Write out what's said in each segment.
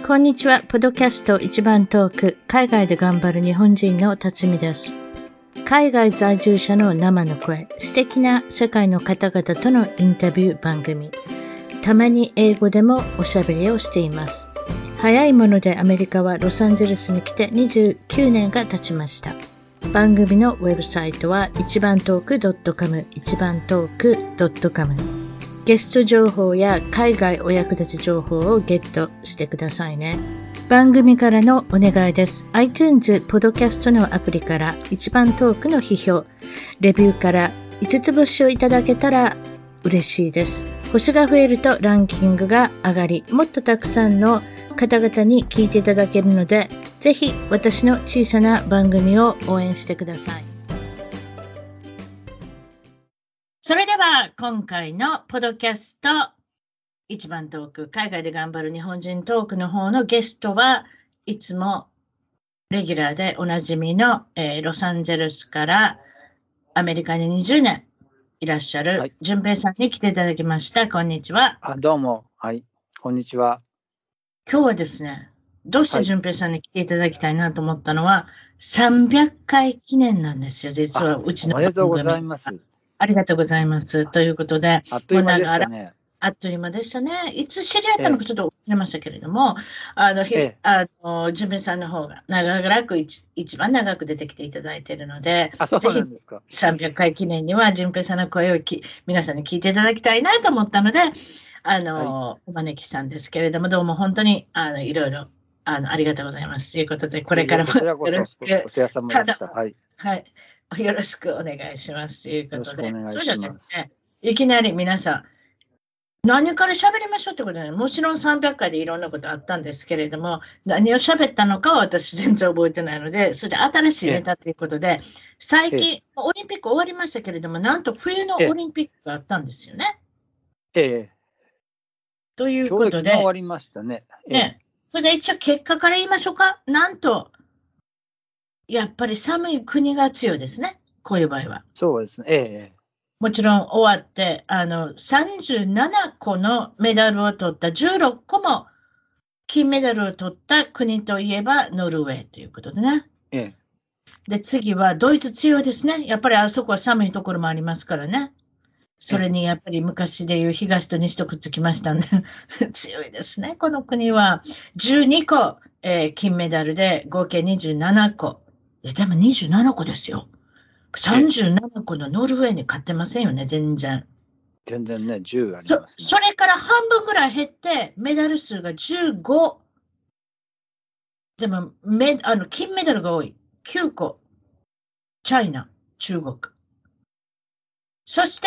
こんにちは。ポッドキャスト一番トーク、海外で頑張る日本人の辰巳です。海外在住者の生の声、素敵な世界の方々とのインタビュー番組。たまに英語でもおしゃべりをしています。早いものでアメリカはロサンゼルスに来て29年が経ちました。番組のウェブサイトは一番トーク .com、一番トーク .com。ゲスト情報や海外お役立ち情報をゲットしてくださいね。番組からのお願いです。iTunes ポッドキャストのアプリから一番トークの批評、レビューから5つ星をいただけたら嬉しいです。星が増えるとランキングが上がり、もっとたくさんの方々に聞いていただけるので、ぜひ私の小さな番組を応援してください。それでは今回のポッドキャスト一番トーク、海外で頑張る日本人トークの方のゲストはいつもレギュラーでおなじみの、ロサンゼルスからアメリカに20年いらっしゃる淳平さんに来ていただきました。こんにちは。 どうも。はい。こんにちは。 今日はですね、どうして淳平さんに来ていただきたいなと思ったのは、300回記念なんですよ、実はうちの番組。 おめでとうございます。 ありがとうございます。ということで、 あっという間でしたね。 あっという間でしたね。いつ知り合ったのかちょっと忘れましたけれども、淳平さんの方が一番長く出てきていただいているので、 そうなんですか。 300回記念には淳平さんの声を皆さんに聞いていただきたいなと思ったので、お招きしたんですけれども、どうも本当にいろいろありがとうございますということで、これからもよろしく。 お世話様でした。はい。 はい。よろしくお願いしますということで。 そうじゃなくて、 いきなり皆さん、何から喋りましょうってことで、もちろん300回でいろんなことあったんですけれども、何を喋ったのかは私全然覚えてないので、それで新しいネタということで、最近、オリンピック終わりましたけれども、なんと冬のオリンピックがあったんですよね。ということで、 終わりましたね。 それで一応結果から言いましょうか。なんと、やっぱり寒い国が強いですね。こういう場合は。 そうですね。 もちろん終わって、37個のメダルを取った、16個も金メダルを取った国といえばノルウェーということでね。で、次はドイツ強いですね。やっぱりあそこは寒いところもありますからね。それにやっぱり昔でいう東と西とくっつきましたんで強いですね、この国は。12個、金メダルで合計27個。でも27個ですよ。37個のノルウェーに勝ってませんよね、全然。 全然ね、10ありますね。 それから半分ぐらい減って、メダル数が15。でも、金メダルが多い。9個。チャイナ、中国。そして、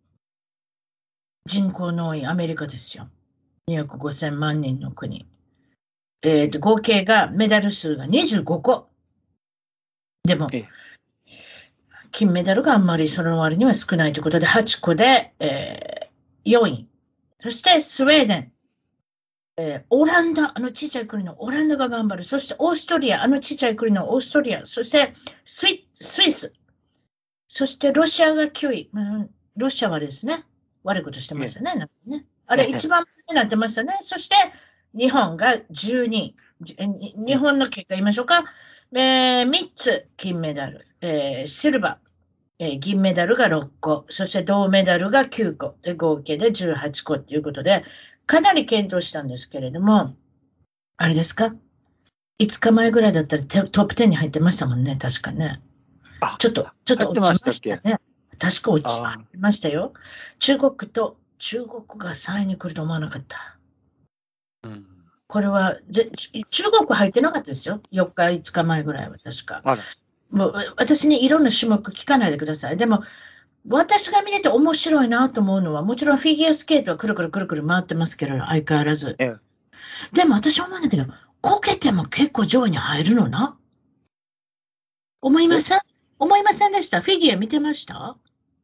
人口の多いアメリカですよ。2億5000万人の国。合計が、メダル数が25個。でも、金メダルがあんまりその割には少ないということで、8個で、4位。そしてスウェーデン。オランダ、小さい国のオランダが頑張る。そしてオーストリア、小さい国のオーストリア。そしてスイス。そしてロシアが9位。ロシアはですね、悪いことしてましたね。なんかね、あれ一番になってましたね。そして日本が12位。日本の結果言いましょうか。3つ金メダル。シルバー。銀メダルが6個、そして銅メダルが9個、で合計で18個ということで、かなり検討したんですけれども、あれですか ?5 日前ぐらいだったらトップ10に入ってましたもんね、確かね。ちょっと落ちましたね。確か落ちましたよ。中国が3位に来ると思わなかった。これは中国入ってなかったですよ。4日、5日前ぐらいは確か。もう私にいろんな種目聞かないでください。でも、私が見てて面白いなと思うのは、もちろんフィギュアスケートはくるくるくるくる回ってますけど、相変わらず。でも私は思うんだけど、こけても結構上位に入るのな。思いませんでした。フィギュア見てました？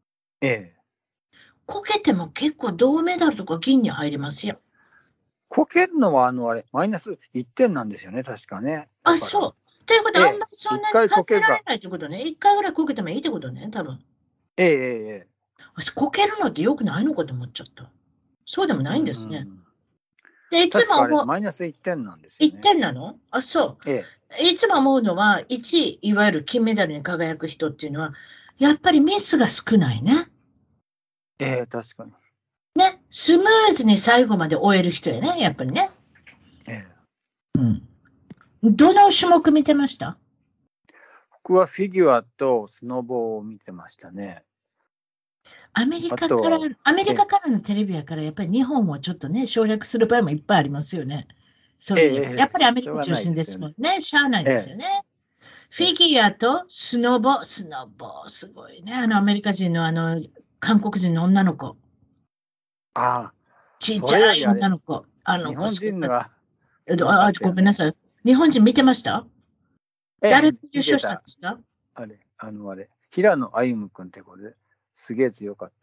こけても結構銅メダルとか銀に入りますよ。 こけるのはあれ、マイナス1点なんですよね、確かね。 そう。ということは、あんまりそんなに外せられないということね。1回ぐらいこけてもいいってことね、多分。私、こけるのって良くないのかと思っちゃった。そうでもないんですね。 で、いつも思う、 マイナス1点なんですよね。 1点なの？あ、そう。いつも思うのは、1位、いわゆる金メダルに輝く人っていうのは、やっぱりミスが少ないね。 確かに。 ね、スムーズに最後まで終える人やね、やっぱりね。どの種目見てました？ 僕はフィギュアとスノボを見てましたね。 アメリカからのテレビやから、やっぱり日本をちょっとね、省略する場合もいっぱいありますよね。そういえば。やっぱりアメリカ中心ですもんね。しゃあないですよね。フィギュアとスノボ、すごいね。アメリカ人の韓国人の女の子。ちっちゃい女の子。 日本人のは。 ごめんなさい。日本人見てました？誰優勝したんですか？ 平野歩夢君ってこれすげえ強かった。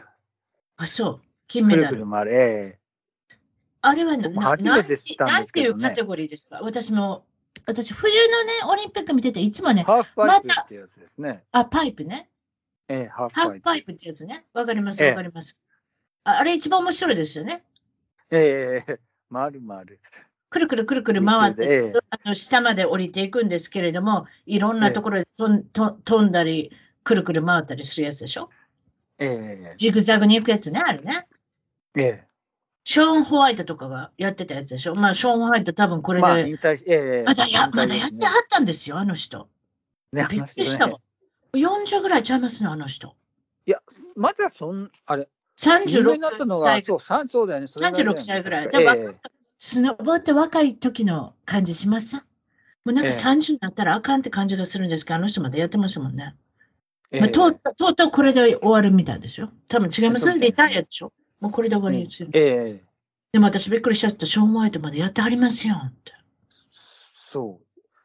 あ、そう。金メダル。 くるくる回れ。 あれは初めて知ったんですけどね。 なんていうカテゴリーですか？私、冬のね、オリンピック見てて、いつもね、 ハーフパイプってやつですね。 パイプね。 ハーフパイプってやつね。わかります、わかります。あれ一番面白いですよね。 回る。 くるくるくるくる回って、下まで降りていくんですけれども、いろんなところで飛んだり、くるくる回ったりするやつでしょ。ジグザグに行くやつね、あるね。ショーン・ホワイトとかがやってたやつでしょ。まあ、ショーン・ホワイト多分これで、まだやってはったんですよ、あの人。びっくりしたもん。40ぐらいちゃいますね、あの人。 いや、まだあれ、 36 歳。そうだよね。 36歳ぐらい。スノボって若い時の感じします？もうなんか30になったらあかんって感じがするんですけど、あの人まだやってましたもんね。とうとうこれで終わるみたいですよ。多分違います？リタイアでしょ。もうこれで終わりですよ。でも私びっくりしちゃった。ショーン・ホワイトまでやってはりますよって。 そう。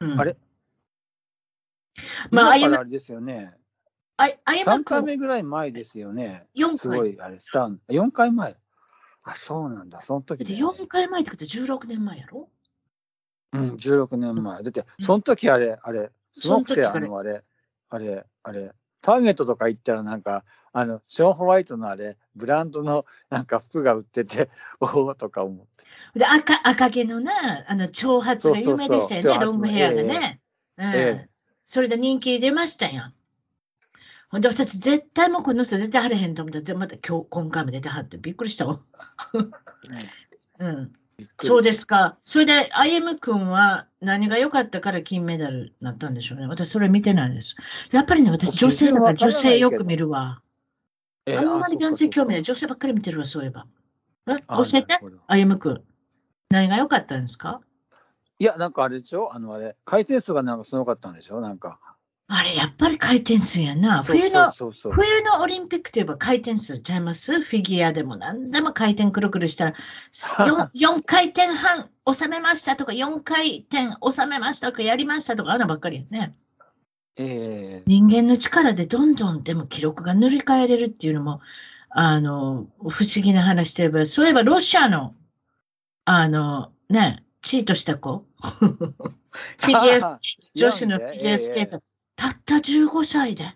あれまあ、 今からあれですよね。3回目ぐらい前ですよね。 4回。 すごい、4回前。あ、そうなんだ。その時、 ね。4回前ってこと16年前やろ？ 16年前。だって、その時すごくて、ターゲットとか行ったらなんか、ショーン・ホワイトのブランドのなんか服が売ってて、おおとか思って。 で、赤毛のな、長髪が有名でしたよね、ロングヘアがね。それで人気出ましたやん。ほんで、私、絶対もうこの人出てはれへんと思ったら、また今回も出てはって、びっくりしたわ。そうですか。それで、歩夢君は何が良かったから金メダルになったんでしょうね。私、それ見てないです。やっぱりね、私、女性だから女性よく見るわ。あんまり男性興味ない。女性ばっかり見てるわ、そういえば。教えて、歩夢君。何が良かったんですか？ いや、なんかあれでしょ？回転数がなんかすごかったんでしょ？なんか。 あれ、やっぱり回転数やな。冬のオリンピックといえば回転数ちゃいます？フィギュアでも何でも回転くるくるしたら、4回転半収めましたとか、4回転収めましたとか、やりましたとか、あんなばっかりやね。人間の力でどんどんでも記録が塗り替えれるっていうのも、不思議な話といえば、そういえばロシアの、チートした子。フィギュア、女子のフィギュアスケート。たった15歳で。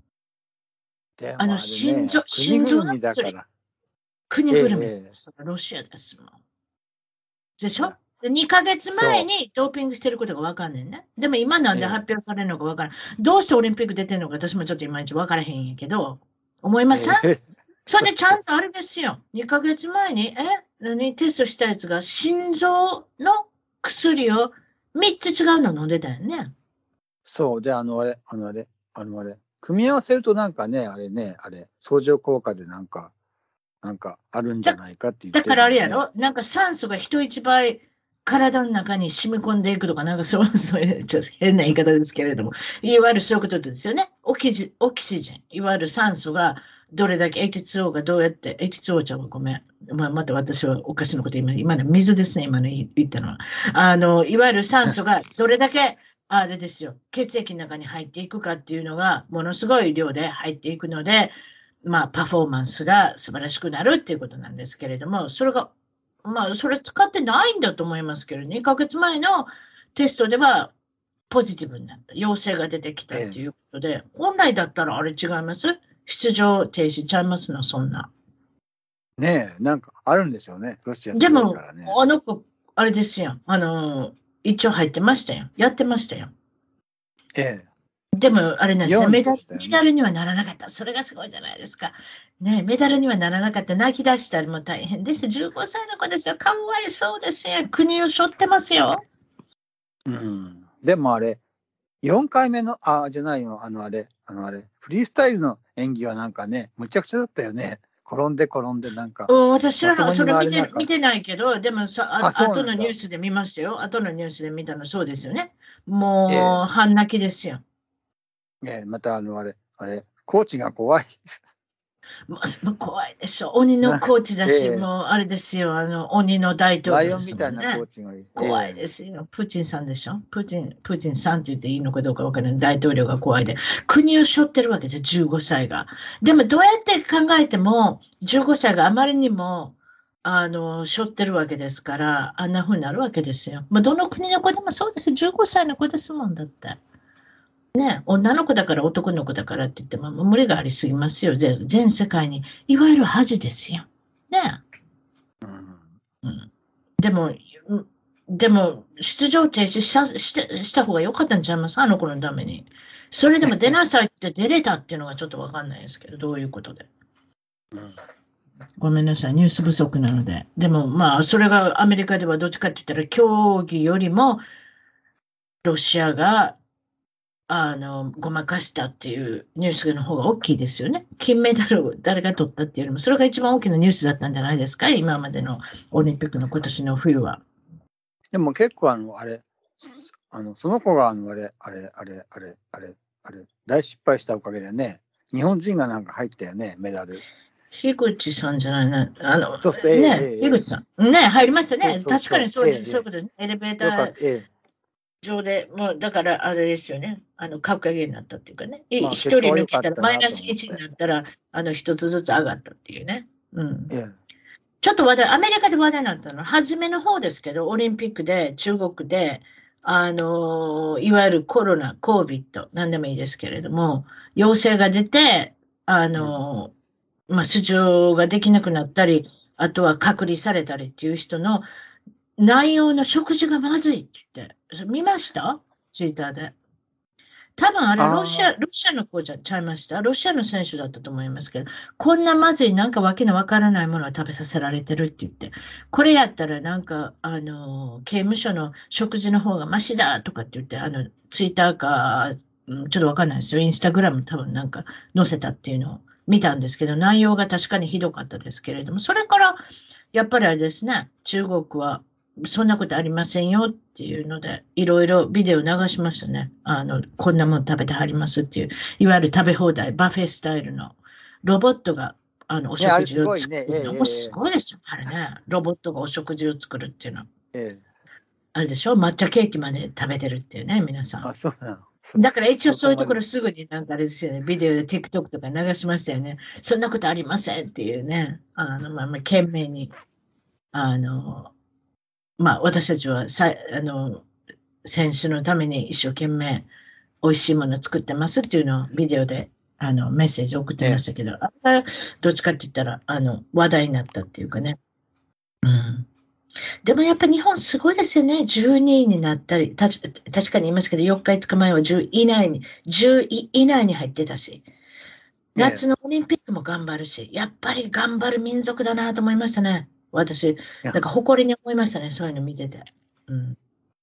心臓の薬。国ぐるみ。ロシアですもん。でしょ？で2ヶ月前にドーピングしてることが分かんねんね。でも今なんで発表されるのか分からん。どうしてオリンピック出てるのか私もちょっといまいち分からへんやけど、思いません？それでちゃんとあれですよ。2ヶ月前に、テストしたやつが心臓の薬を3つ違うの飲んでたよね。 そう。で、組み合わせるとなんかね、相乗効果でなんかあるんじゃないかって言って、 だからあれやろ？なんか酸素が人一倍体の中に染み込んでいくとか、なんかそういう、ちょっと変な言い方ですけれども、いわゆるそういうことですよね。オキシジン、いわゆる酸素がどれだけ H2O がどうやって、H2O ちゃんはごめん。また私はおかしなこと今の水ですね、今の言ったのは。いわゆる酸素がどれだけ、あれですよ、血液の中に入っていくかっていうのが、ものすごい量で入っていくので、パフォーマンスが素晴らしくなるっていうことなんですけれども、それが、それ使ってないんだと思いますけど、2ヶ月前のテストではポジティブになった。陽性が出てきたということで、本来だったらあれ違います？出場停止ちゃいますの、そんな。 ねえ、なんかあるんでしょうね。ロシアでも、 強いからね。 あの子、あれですよ。一応入ってましたよ。やってましたよ。 ええ。 でも、あれなんですね。 4位メでしたよね。 ダルにはならなかった。それがすごいじゃないですか。ね、メダルにはならなかった。泣き出したりも大変です。15歳の子ですよ。かわいそうですよ。国を背負ってますよ。 うん。でもあれ、4回目の、じゃないよ、フリースタイルの演技はなんかね、むちゃくちゃだったよね。転んで転んで、なんか、 うん、私知らない、 まともにそれ回れなかった。 見てないけど、でもさ、 そう後のなんだ。 ニュースで見ましたよ。後のニュースで見たの、そうですよね。 えもう、 え、 半泣きですよ。 またコーチが怖い。 もう怖いでしょ。鬼のな、 コーチだし、 ええ、 もうあれですよ。鬼の大統ライ領でオンみたいなコすもんね。 ーチがいて、 怖いですよ。プーチンさんでしょ。プーチンさんって言っていいのかどうかわからない。大統領が怖いで。国を背負ってるわけです、15歳が。でも、どうやって考えても、15歳があまりにも、背負ってるわけですから、あんな風になるわけですよ。まあ、どの国の子でもそうですよ。15歳の子ですもんだって。ね、女の子だから男の子だからって言っても、無理がありすぎますよ。全世界に。いわゆる恥ですよ。ね。 うん、 うん、でも、でも、出場停止した方が良かったんちゃいます、あの子のために。それでも出なさいって出れたっていうのがちょっとわかんないですけど、どういうことで。 うん、 ごめんなさい、ニュース不足なので。でも、まあ、それがアメリカではどっちかって言ったら、競技よりも、ロシアがごまかしたっていうニュースの方が大きいですよね。金メダルを誰が取ったっていうよりも、それが一番大きなニュースだったんじゃないですか、今までのオリンピックの今年の冬は。 でも結構その子が大失敗したおかげでね、日本人がなんか入ったよね、メダル。 樋口さんじゃないな、 そうすると、 ね、樋口さん。ね、入りましたそうね。確かにそうそう、 そうです。そういうことです。エレベーターよかった、 上で、もう、だから、あれですよね。格下げになったっていうかね。 まあ結一人果は良かっ抜けたら、マイナスたなと思っ 1にて。 なったら、一つずつ上がったっていうね。うん。 ええ、 ちょっとアメリカで話題になったのは、初めの方ですけど、オリンピックで、中国で、いわゆるコロナ、コービット、なんでもいいですけれども、陽性が出て、 うん、 出場ができなくなったり、あとは隔離されたりっていう人の内容の食事がまずいって言って、それ見ましたツイッターで。多分あれあロシアの子じゃちゃいました。ロシアの選手だったと思いますけど、こんなまずい、なんかわけのわからないものを食べさせられてるって言って、これやったらなんか、刑務所の食事の方がマシだとかって言って、ツイッターか、ちょっとわかんないですよ。インスタグラム多分なんか載せたっていうのを見たんですけど、内容が確かにひどかったですけれども、それからやっぱりあれですね、中国はそんなことありませんよっていうので、いろいろビデオ流しましたね。こんなもの食べてはりますっていう、いわゆる食べ放題、バフェスタイルのロボットがおね、あれ食事をすごいね。 作るのもすごいですよ、あれね。ロボットがお食事を作るっていうのは。 ええ。 あれでしょ、抹茶ケーキまで食べてるっていうね、皆さん。 そうなの。 だから一応そそういうとここまで。 ろすぐになんかあれですよね、ビデオで TikTok とか流しましたよね。そんなことありませんっていうね、懸命に、あの、私たちは選手のために一生懸命美味しいものを作ってますっていうのをビデオでメッセージを送ってまえしたけど、あれはどっちかって言ったら話題になったっていうかね。うん、でもやっぱり日本すごいですよね。12位になったり、確かに言いますけど、4日5日前は10位以内に、10位以内に入ってたし、 え、え夏のオリンピックも頑張るし、やっぱり頑張る民族だなと思いましたね。私、 え。 なんか誇りに思いましたね。そういうの見てて。うん、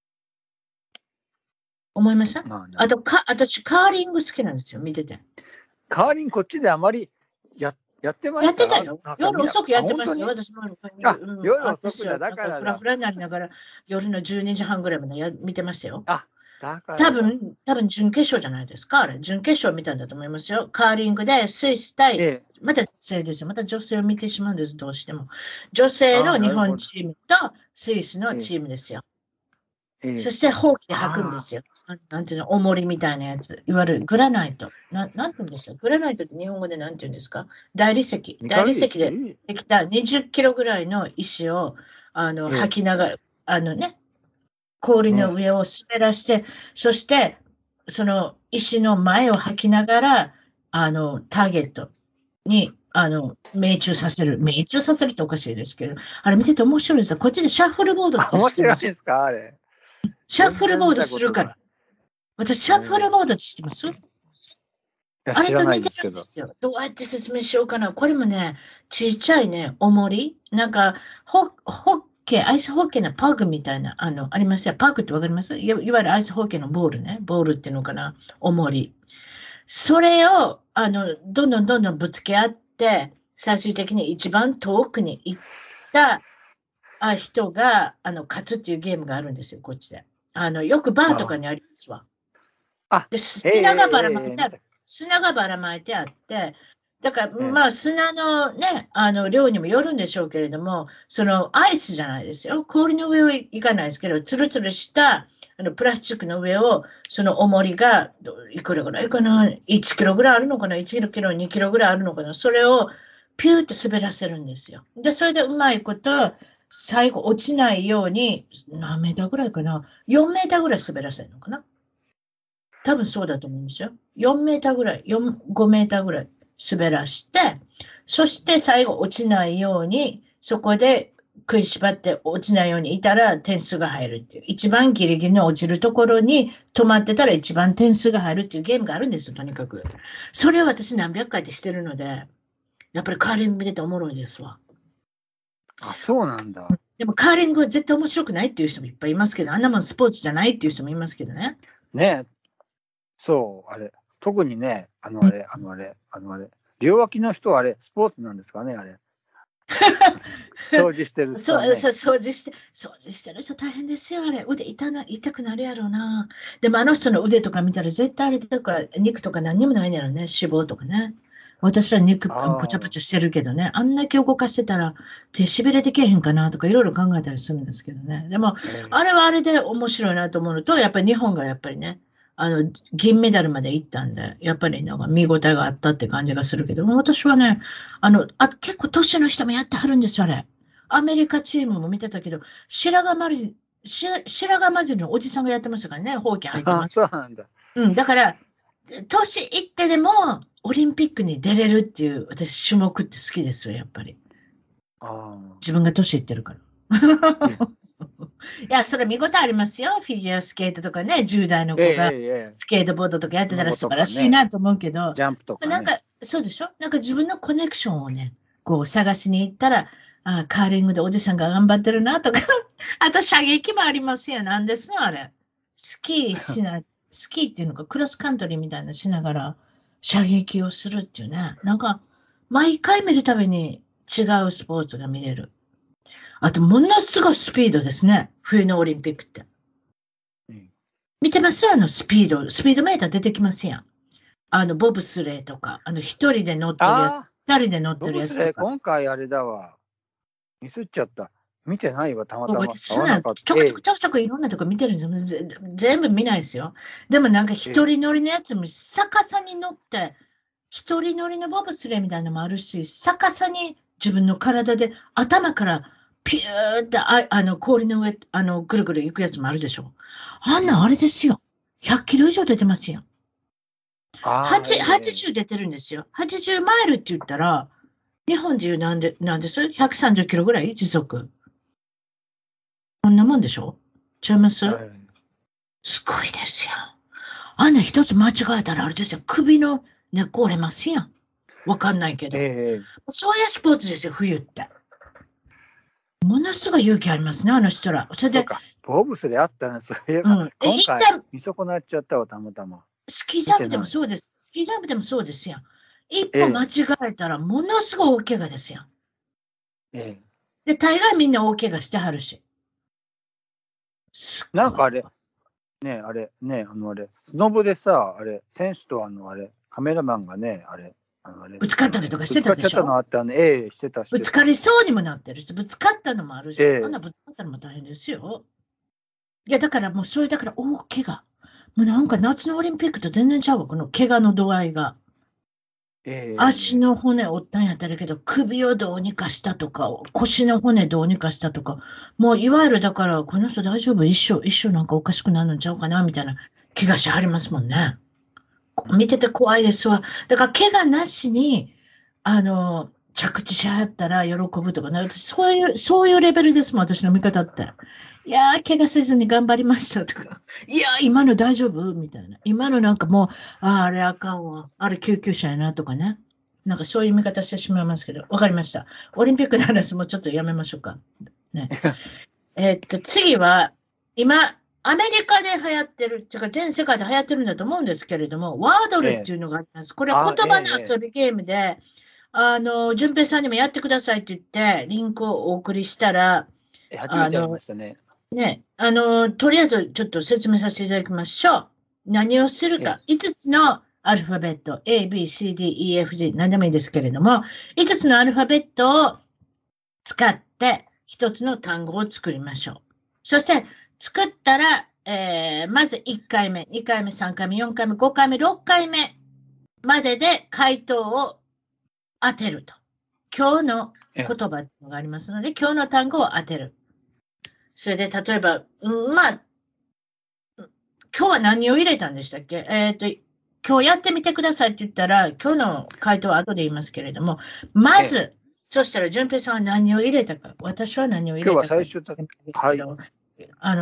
思いました。 まあな。 あと私、カーリング好きなんですよ。見てて。 代わりにこっちであまりやってまやした？ ってたよ。 なんか夜遅くやってましたよ。 本当に？ 私も、 夜遅くだ。 あれですよ。 だなんか、 からだ。 フラフラになりながら、夜の12時半ぐらいまで見てましたよ。 あ、だからだ。 多分準決勝じゃないですか、あれ。準決勝見たんだと思いますよ。カーリングでスイス対、 ええ。 また女性ですよ。また女性を見てしまうんです、どうしても。女性の日なるほど。 本チームとスイスのええ、 チームですよ。そええ。 して、ほうきで履くんであすよ。なんていうの、重りみたいなやつ。いわゆるグラナイト。なんていうんですか、グラナイトって日本語でなんていうんですか、大理石。 三大理角石で石？ できた20キロぐらいの石を、履ええ、 きながら、氷のえ上を滑らして、そして、その石の前を履きながら、ターゲットに命中させる。命中させるっておかしいですけど、あれ見てて面白いですよ。こっちでシャッフルボードって面知ってます？ 白いですかあれ。 シャッフルボードするから。私、シャッフルボードって知ってます？あれと似てるんですよ。どうやって説明しようかな。これもね、ちっちゃいね、重り。なんか、ホッケー、アイスホッケーのパグみたいな、ありますよ。パグってわかります？いわゆるアイスホッケーのボールね。ボールっていうのかな。重り。それを、どんどんどんどんぶつけ合って、最終的に一番遠くに行った人が、勝つっていうゲームがあるんですよ、こっちで。よくバーとかにありますわ。で、砂がばらまいてある。砂がばらまいてあって、だから、まあ、砂のね、量にもよるんでしょうけれども、そのアイスじゃないですよ。氷の上を行かないですけど、つるつるしたプラスチックの上を、その重りが、いくらぐらいかな、1キロぐらいあるのかな、1キロ、2キロぐらいあるのかな、それをピューって滑らせるんですよ。で、それでうまいこと、最後落ちないように、何メーターぐらいかな、4メーターぐらい滑らせるのかな。多分そうだと思うんですよ。4メーターぐらい、5メーターぐらい滑らして、そして最後落ちないように、そこで食いしばって落ちないようにいたら点数が入るっていう。一番ギリギリの落ちるところに止まってたら一番点数が入るっていうゲームがあるんですよ、とにかく。それを私何百回ってしてるので、やっぱりカーリング見てておもろいですわ。 あ、そうなんだ。 でもカーリングは絶対面白くないっていう人もいっぱいいますけど、あんなもんスポーツじゃないっていう人もいますけどね。 ね、そう、あれ。特にね、両脇の人はあれ、スポーツなんですかね、あれ。掃除してる人、ね。 掃除してる人大変ですよ、あれ。腕痛くなるやろうな。でもあの人の腕とか見たら絶対あれとか肉とか何にもないんやろね。脂肪とかね。私ら肉ポチャポチャしてるけどね。あんだけ動かしてたら手しびれできへんかなとかいろいろ考えたりするんですけどね。でも、あれはあれで面白いなと思うのと、やっぱり日本がやっぱりね、銀メダルまで行ったんで、やっぱりなんか見応えがあったって感じがするけども、私はね、結構年の人もやってはるんですよ、あれ。アメリカチームも見てたけど、白髪混じりのおじさんがやってましたからね、ほうき入ってます。 そうなんだ。 だから、年いってでも、オリンピックに出れるっていう、私、種目って好きですよ、やっぱり。自分が年いってるから。いや、それ見応えありますよ。フィギュアスケートとかね、10代の子がスケートボードとかやってたら素晴らしいなと思うけど、 ジャンプとか、ね、 なんか、そうでしょ？なんか自分のコネクションをね、こう探しに行ったら、カーリングでおじさんが頑張ってるなとか、あと射撃もありますよ。なんですのあれ。スキーっていうのか、クロスカントリーみたいなしながら射撃をするっていうね。なんか、毎回見るたびに違うスポーツが見れる。あと、ものすごいスピードですね。冬のオリンピックって。見てますよ、スピードメーター出てきますやん。ボブスレーとか、一人で乗ってるやつ、二人で乗ってるやつとか。 今回あれだわ。ミスっちゃった。見てないわ、たまたま。 ちょくちょくいろんなとこ見てるんですよ。全部見ないですよ。でもなんか一人乗りのやつも逆さに乗って、一人乗りのボブスレーみたいなのもあるし、逆さに自分の体で頭からピューって氷の上、ぐるぐる行くやつもあるでしょ。あんなんあれですよ。100キロ以上出てますよ。80出てるんですよ。80マイルって言ったら、日本でいうなんです ?130 キロぐらい時速。こんなもんでしょ？ちゃいます？すごいですよ。あんな一つ間違えたらあれですよ。首の根っこ折れますやん。わかんないけど。そういうスポーツですよ、冬って。ものすごい勇気ありますね、あの人ら。それで。 ボブスレーあったね、そういえば。今回見損なっちゃったわ、たまたま。 スキージャンプでもそうです。スキージャンプでもそうですやん。一歩間違えたらものすごい大怪我ですやん。で、大概みんな大怪我してはるし。 なんかあれ、スノボでさ、選手とカメラマンがね、 ぶつかったりとかしてたでしょ。 ぶつかっちゃったのあったね。してた。 ぶつかりそうにもなってるし、ぶつかったのもあるし、あんなぶつかったのも大変ですよ。いや、だからもうそれだから大怪我。もうなんか夏のオリンピックと全然ちゃうわ、この怪我の度合いが。足の骨折ったんやったらけど、首をどうにかしたとか、腰の骨どうにかしたとか、もういわゆるだから、この人大丈夫？一生なんかおかしくなるんちゃうかなみたいな気がしはりますもんね。見てて怖いですわ。だから怪我なしに、 着地しはったら喜ぶとかね、そういうレベルですもん、私の見方って。いやー、怪我せずに頑張りましたとか、いやー、今の大丈夫みたいな。今のなんかもう、あれあかんわ。あれ救急車やなとかね。なんかそういう見方してしまいますけど、わかりました。オリンピックの話もちょっとやめましょうか。ね。次は、今、アメリカで流行ってる、っていうか全世界で流行ってるんだと思うんですけれども、ワードルっていうのがあります。これは言葉の遊びゲームで、淳平さんにもやってくださいって言って、リンクをお送りしたら、 初めてやりましたね。 とりあえずちょっと説明させていただきましょう。何をするか。5つのアルファベット、A, B, C, D, E, F, G、何でもいいですけれども、5つのアルファベットを使って1つの単語を作りましょう。そして、作ったら、まず1回目、2回目、3回目、4回目、5回目、6回目までで回答を当てると。今日の言葉っていうのがありますので、今日の単語を当てる。それで、例えば、まあ、今日は何を入れたんでしたっけ？今日やってみてくださいって言ったら、今日の回答は後で言いますけれども、まず、そしたら、淳平さんは何を入れたか、私は何を入れたか。 今日は最初だはい。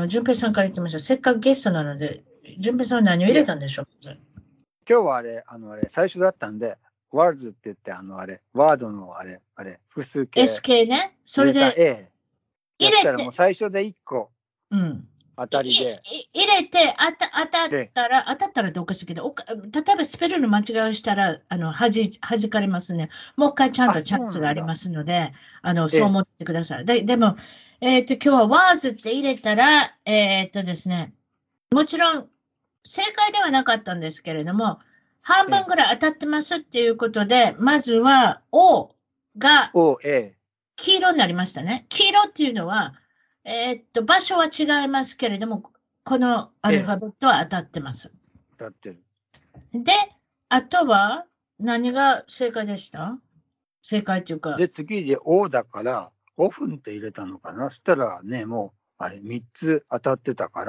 淳平さんから言ってました。せっかくゲストなので、淳平さんは何を入れたんでしょう？ 今日はあれ、最初だったんで、ワーズって言って、ワードの複数形。 SK ね。それで、 入れて、もう最初で1個。当たりで。 入れて、当たったらどうかしらけど、例えばスペルの間違いをしたら、弾かれますね。もう一回ちゃんとチャンスがありますので、そう思ってください。でも、今日はワーズって入れたら、ですね、もちろん、正解ではなかったんですけれども、半分ぐらい当たってますっていうことで、まずは O が黄色になりましたね。黄色っていうのは、場所は違いますけれども、このアルファベットは当たってます。 当たってる。 で、あとは何が正解でした？正解というか。 で、次で O だから、オフンって入れたのかな。そしたらね、もう、3つ当たってたから、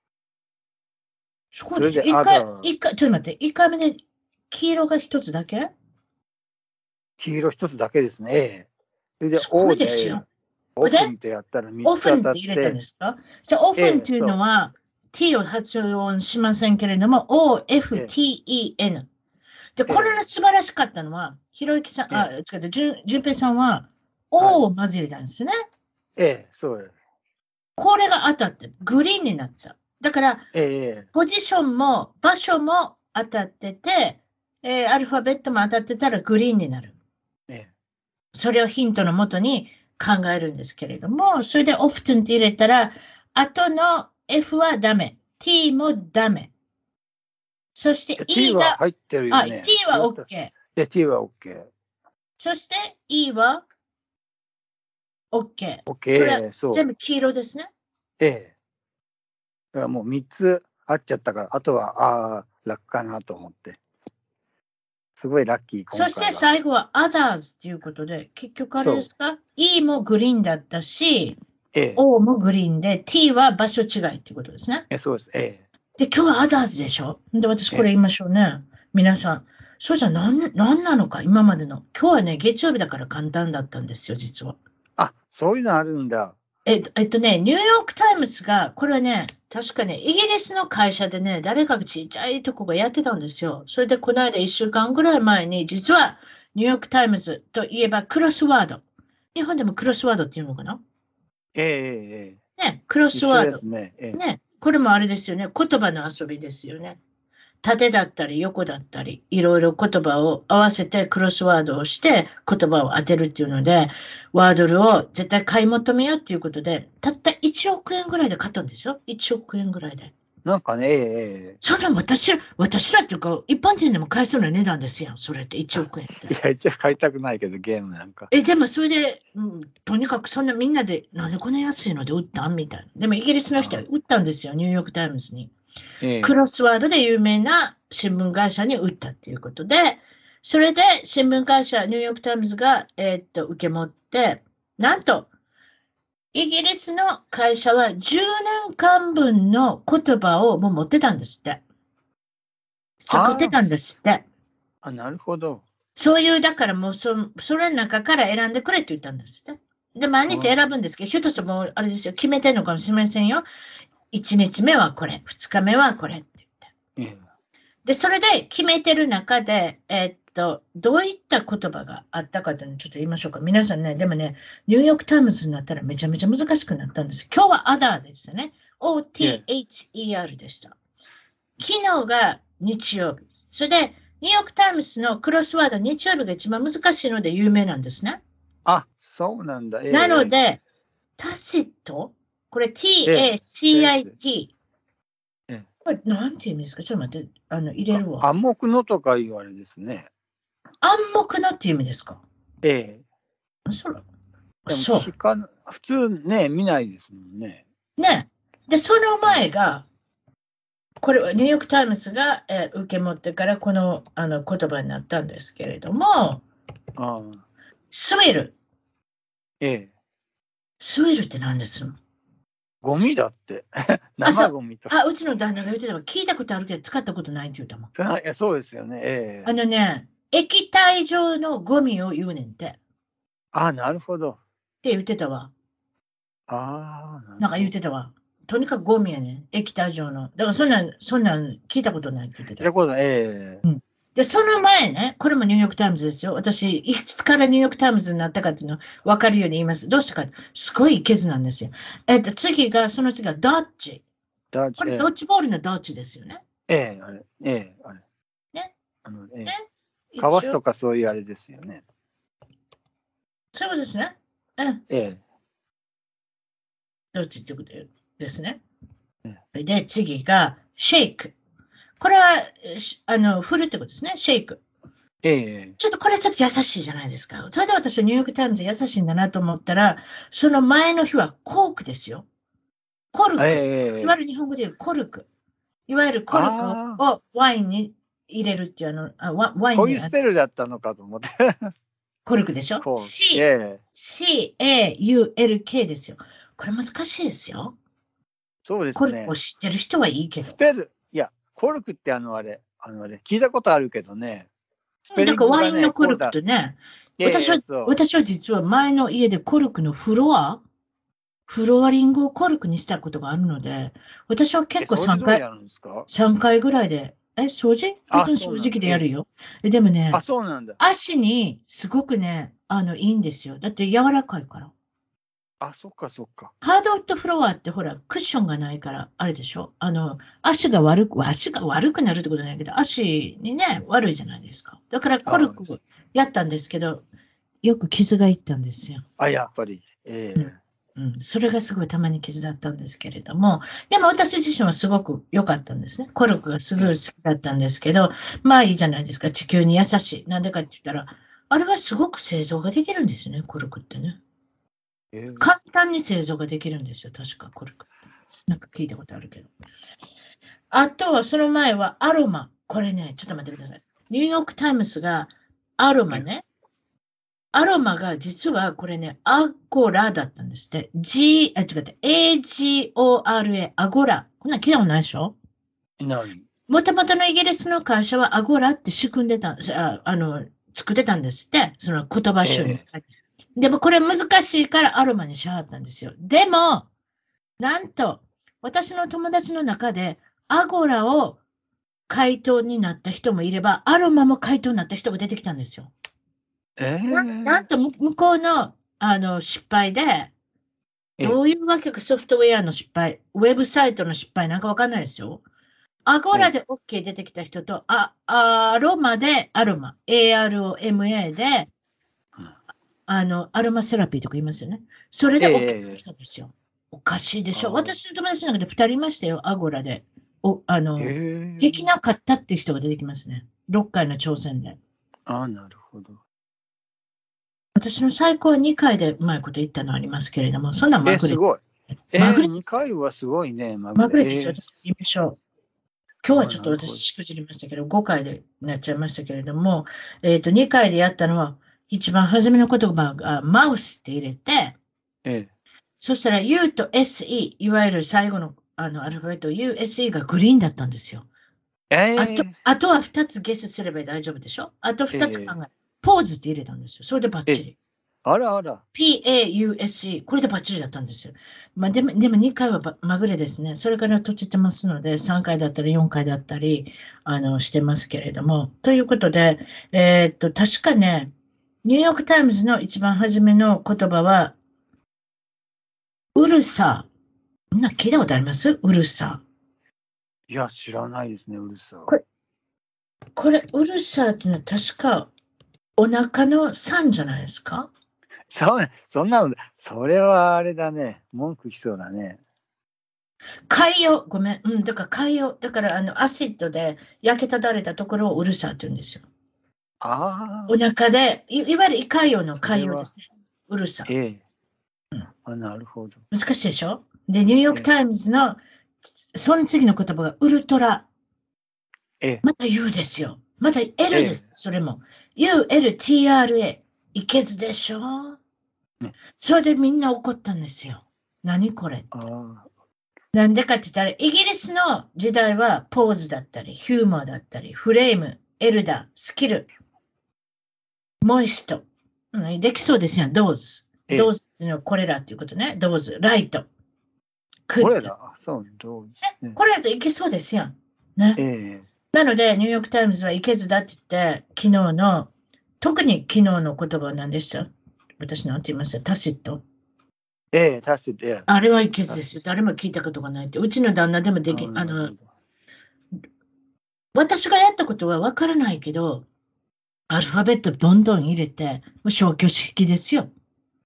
それでちょっと待って、1回目で黄色が1つだけ？ 黄色1つだけですね。それで O ですよ。 オフンってやったら3つ当たって。 オフンって入れたんですか？じゃあ、オフンっていうのは、T を発音しませんけれども、OFTEN。で、これが素晴らしかったのは、ひろゆきさん、淳平さんは、O をまず入れたんですよね。 そうです。 これが当たって、グリーンになった。だから、ポジションも場所も当たってて、アルファベットも当たってたらグリーンになる。それをヒントのもとに考えるんですけれども、それで often って入れたら、後の F はダメ。T もダメ。そして E が、 T は入ってるよね。 T は OK。 T は OK。 そして E は OK。 これ全部黄色ですね。 だからもう3つあっちゃったから、あとは、楽かなと思って。すごいラッキー。 そして最後は others っていうことで、結局あれですか？ E もグリーンだったし、O もグリーンで、T は場所違いっていうことですね。 そうです。で、 今日は others でしょ？で、私これ言いましょうね。皆さん。そうじゃ何なのか、今までの。今日はね、月曜日だから簡単だったんですよ、実は。 そういうのあるんだ。 ニューヨークタイムズが、これはね、確かね、イギリスの会社でね、誰かがちっちゃいとこがやってたんですよ。それで、この間1週間ぐらい前に、実は、ニューヨークタイムズといえばクロスワード。日本でもクロスワードっていうのかな？ね、クロスワード。ね、これもあれですよね。言葉の遊びですよね。縦だったり横だったり、いろいろ言葉を合わせてクロスワードをして言葉を当てるっていうので、ワードルを絶対買い求めようっていうことで、たった1億円ぐらいで買ったんですよ。1億円ぐらいで。 なんかね、 それは私らっていうか、一般人でも買えそうな値段ですよ。それって1億円って。 いや、一応買いたくないけど、ゲームなんか。 でもそれで、とにかくそんなみんなで、なんでこんな安いので売ったんみたいな。でもイギリスの人は売ったんですよ、ニューヨークタイムズに。クロスワードで有名な新聞会社に売ったっていうことで、それで新聞会社、ニューヨークタイムズが、受け持って、なんと、イギリスの会社は10年間分の言葉をもう持ってたんですって。作ってたんですって。 なるほど。 そういう、だからもうそれの中から選んでくれって言ったんですね。で、毎日選ぶんですけど、ひょっとしたらもう、あれですよ、決めてるのかもしれませんよ。1日目はこれ、2日目はこれって言って。で、それで決めてる中で、どういった言葉があったかっていうのをちょっと言いましょうか。皆さんね、でもね、ニューヨークタイムズになったらめちゃめちゃ難しくなったんです。今日はotherでしたね。OTHER でした。昨日が日曜日。それで、ニューヨークタイムズのクロスワード、日曜日が一番難しいので有名なんですね。 あ、そうなんだ。 なので、タシット、これ TACIT。これなんて意味ですか？ちょっと待って、入れるわ。 暗黙のとかいうあれですね。 暗黙のっていう意味ですか？そう。 普通ね、見ないですもんね。 ね。で、その前が、これはニューヨークタイムズが、受け持ってからこの、言葉になったんですけれども、スウィル。スウィルって何ですの？ ゴミだって。生ゴミとか。 うちの旦那が言ってたわ。聞いたことあるけど使ったことないって言ったもん。 そうですよね。 液体状のゴミを言うねんて。 なるほど。 って言ってたわ。なんか言ってたわ。とにかくゴミやねん。液体状の。だからそんなん聞いたことないって言ってた。で、その前ね、これもニューヨークタイムズですよ。私、いつからニューヨークタイムズになったかっていうの分かるように言います。どうしてか。すごいいけずなんですよ。その次がドッジ。これドッジボールのドッジですよね。 ね。かわすとかそういうあれですよね。 そういうことですね。ドッジってことですね。で、次がシェイク。これは、振るってことですね。シェイク。ちょっとこれちょっと優しいじゃないですか。それで私はニューヨークタイムズ優しいんだなと思ったら、その前の日はコークですよ。コルク。いわゆる日本語で言うコルク。いわゆるコルクをワインに入れるっていうワインに。 こういうスペルだったのかと思って。 コルクでしょ？ C-A-U-L-K ですよ。これ難しいですよ。 そうですね。 コルクを知ってる人はいいけど。 スペル、いや、コルクってあれ、聞いたことあるけどね。 だからワインのコルクとね、私は実は前の家でコルクのフロアリングをコルクにしたことがあるので、私は結構3回ぐらいで、掃除？別に掃除機でやるよ。でもね、足にすごくね、いいんですよ。だって柔らかいから。 そっかそっか。 ハードウッドフロアってほら、クッションがないから、あれでしょ？足が悪くなるってことないけど、足にね、悪いじゃないですか。だからコルクをやったんですけど、よく傷がいったんですよ。 やっぱり。 それがすごいたまに傷だったんですけれども、でも私自身はすごく良かったんですね。コルクがすごい好きだったんですけど、まあいいじゃないですか。地球に優しい。なんでかって言ったら、あれはすごく製造ができるんですよね、コルクってね。簡単に製造ができるんですよ、確かコルクって。なんか聞いたことあるけど。あとはその前はアロマ。これね、ちょっと待ってください。ニューヨークタイムズがアロマね。アロマが実はこれね、アゴラだったんですって。AGORA、アゴラ。こんなん聞いたことないでしょ？もともとのイギリスの会社はアゴラって作ってたんですって。その言葉集に。でもこれ難しいからアロマにしはったんですよ。でも、なんと、私の友達の中でアゴラを回答になった人もいれば、アロマも回答になった人が出てきたんですよ。なんと向こうの、失敗で、どういうわけかソフトウェアの失敗、ウェブサイトの失敗なんかわかんないですよ。アゴラで OK 出てきた人と、アロマでアロマ、AROMA で、アロマセラピーとか言いますよね。それで OK 出てきたんですよ。おかしいでしょ。私の友達の中で2人いましたよ、アゴラで。できなかったっていう人が出てきますね。6回の挑戦で。 なるほど。 私の最高は2回でうまいこと言ったのありますけれども、そんなまぐれ。 すごい。2回はすごいね。 まぐれですよ、私言いましょう。今日はちょっと私しくじりましたけど、5回でなっちゃいましたけれども、2回でやったのは、一番初めの言葉がマウスって入れて、そしたら U と SE、いわゆる最後のアルファベット USE がグリーンだったんですよ。あとは2つゲスすれば大丈夫でしょ？あと2つ考える。 ポーズって入れたんですよ。それでバッチリ。 あらあら。 PAUSE、これでバッチリだったんですよ。まあ、でも2回はまぐれですね。それから閉じてますので、3回だったり4回だったり、してますけれども。ということで、確かね、ニューヨークタイムズの一番初めの言葉は、うるさ。みんな聞いたことありますうるさ。 いや、知らないですね、うるさ。 これ、うるさってのは確か、お腹の酸じゃないですか？ そんなの、それはあれだね。文句きそうだね。 海洋、ごめん。だから海洋。だから、アシッドで焼けただれたところをうるさって言うんですよ。 あお腹で、いわゆる胃潰瘍のそれは、 潰瘍ですね。うるさ。 なるほど。 難しいでしょ？で、ニューヨークタイムズの、その次の言葉がウルトラ。また U ですよ。また L です。それも。ULTRA。いけずでしょ？それでみんな怒ったんですよ。何これって。なんでかって言ったら、イギリスの時代はポーズだったり、ヒューモアだったり、フレーム、エルダー、スキル、モイスト。できそうですよ。ドーズ。ドーズっていうのはこれらっていうことね。ドーズ、ライト。 これら、そう、ドーズ。 これだといけそうですよ。ね。なので、ニューヨークタイムズはいけずだって言って、特に昨日の言葉は何でした？私なんて言いました？タシット。 タシット。 あれはいけずですよ。誰も聞いたことがないって。うちの旦那でも私がやったことは分からないけど、アルファベットどんどん入れて、もう消去式ですよ。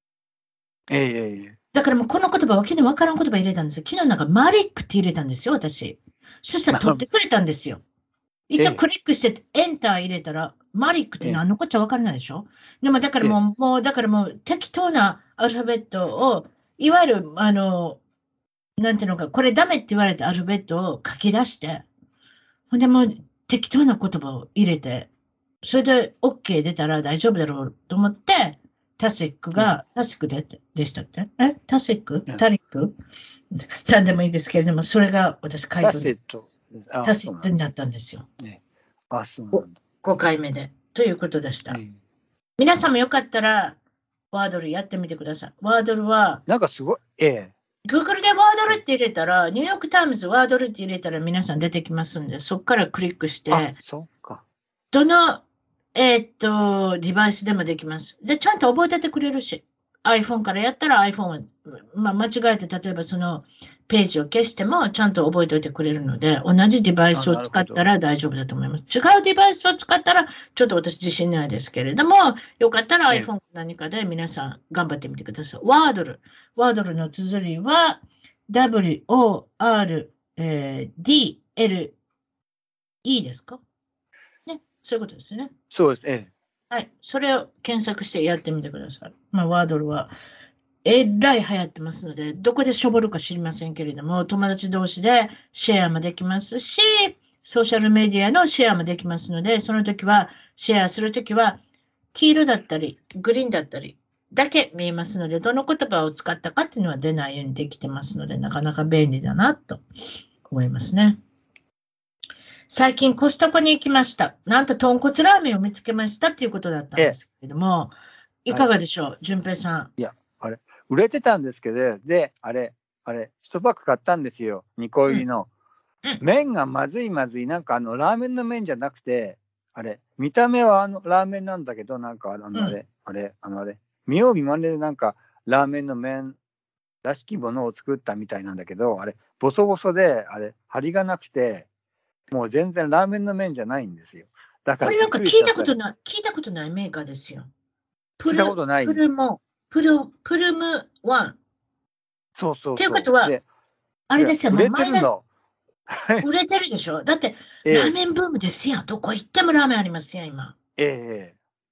だからもうこの言葉は昨日分からん言葉入れたんですよ。昨日なんかマリックって入れたんですよ、私。そしたら取ってくれたんですよ。一応クリックしてエンター入れたら、マリックって何のこっちゃ分からないでしょ？でもだからもう適当なアルファベットを、いわゆる、なんていうのか、これダメって言われたアルファベットを書き出して、ほんでもう適当な言葉を入れて、それで OK 出たら大丈夫だろうと思って、タシックでしたってタシックタリックなんでもいいですけれども、それが私回答に。タシットになったんですよ。5回目で。ということでした。皆さんもよかったら、ワードルやってみてください。ワードルは、 なんかすごい、 Google でワードルって入れたら、ニューヨークタイムズワードルって入れたら皆さん出てきますんで、そこからクリックして、どの、デバイスでもできます。で、ちゃんと覚えててくれるし、iPhone からやったら iPhone は、間違えて、例えばそのページを消してもちゃんと覚えておいてくれるので、同じデバイスを使ったら大丈夫だと思います。違うデバイスを使ったら、ちょっと私自信ないですけれども、よかったら iPhone 何かで皆さん頑張ってみてください。ワードルの綴りは、WORDLE ですか？ね、そういうことですね。 そうです。 はい。それを検索してやってみてください。ワードルは、えらい流行ってますので、どこでしょぼるか知りませんけれども、友達同士でシェアもできますし、ソーシャルメディアのシェアもできますので、その時は、シェアするときは、黄色だったり、グリーンだったり、だけ見えますので、どの言葉を使ったかっていうのは出ないようにできてますので、なかなか便利だなと思いますね。最近コストコに行きました。なんと豚骨ラーメンを見つけましたっていうことだったんですけれども、いかがでしょう、淳平さん。 いや、売れてたんですけど、で、1パック買ったんですよ、2個入りの。麺がまずい、なんかラーメンの麺じゃなくて、見た目はラーメンなんだけど、なんか見よう見まねでなんかラーメンの麺らしきものを作ったみたいなんだけど、ボソボソで、張りがなくて、もう全然ラーメンの麺じゃないんですよ。だからこれなんか聞いたことないメーカーですよ。 聞いたことない。 プルムワン。 そう。 っていうことは、あれですよ、 もうマイナス。 売れてるでしょ。だって、ラーメンブームですやん。どこ行ってもラーメンありますやん、今。ね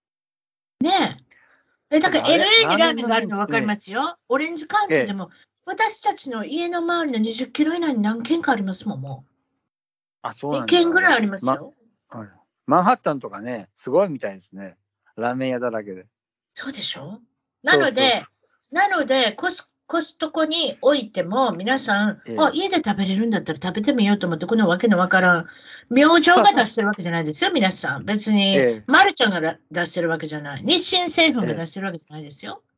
え。だから LA でラーメンがあるの分かりますよ。オレンジカウンティでも、私たちの家の周りの20キロ以内に何軒かありますもん、もう。2軒ぐらいありますよ。 マンハッタンとかね、すごいみたいですね。ラーメン屋だらけで。 そうでしょ。なので、 コストコに置いても、皆さん、家で食べれるんだったら食べてみようと思って、このわけのわからん、明星が出してるわけじゃないですよ、皆さん。別に、マルちゃんが出してるわけじゃない。日清製粉が出してるわけじゃないですよ。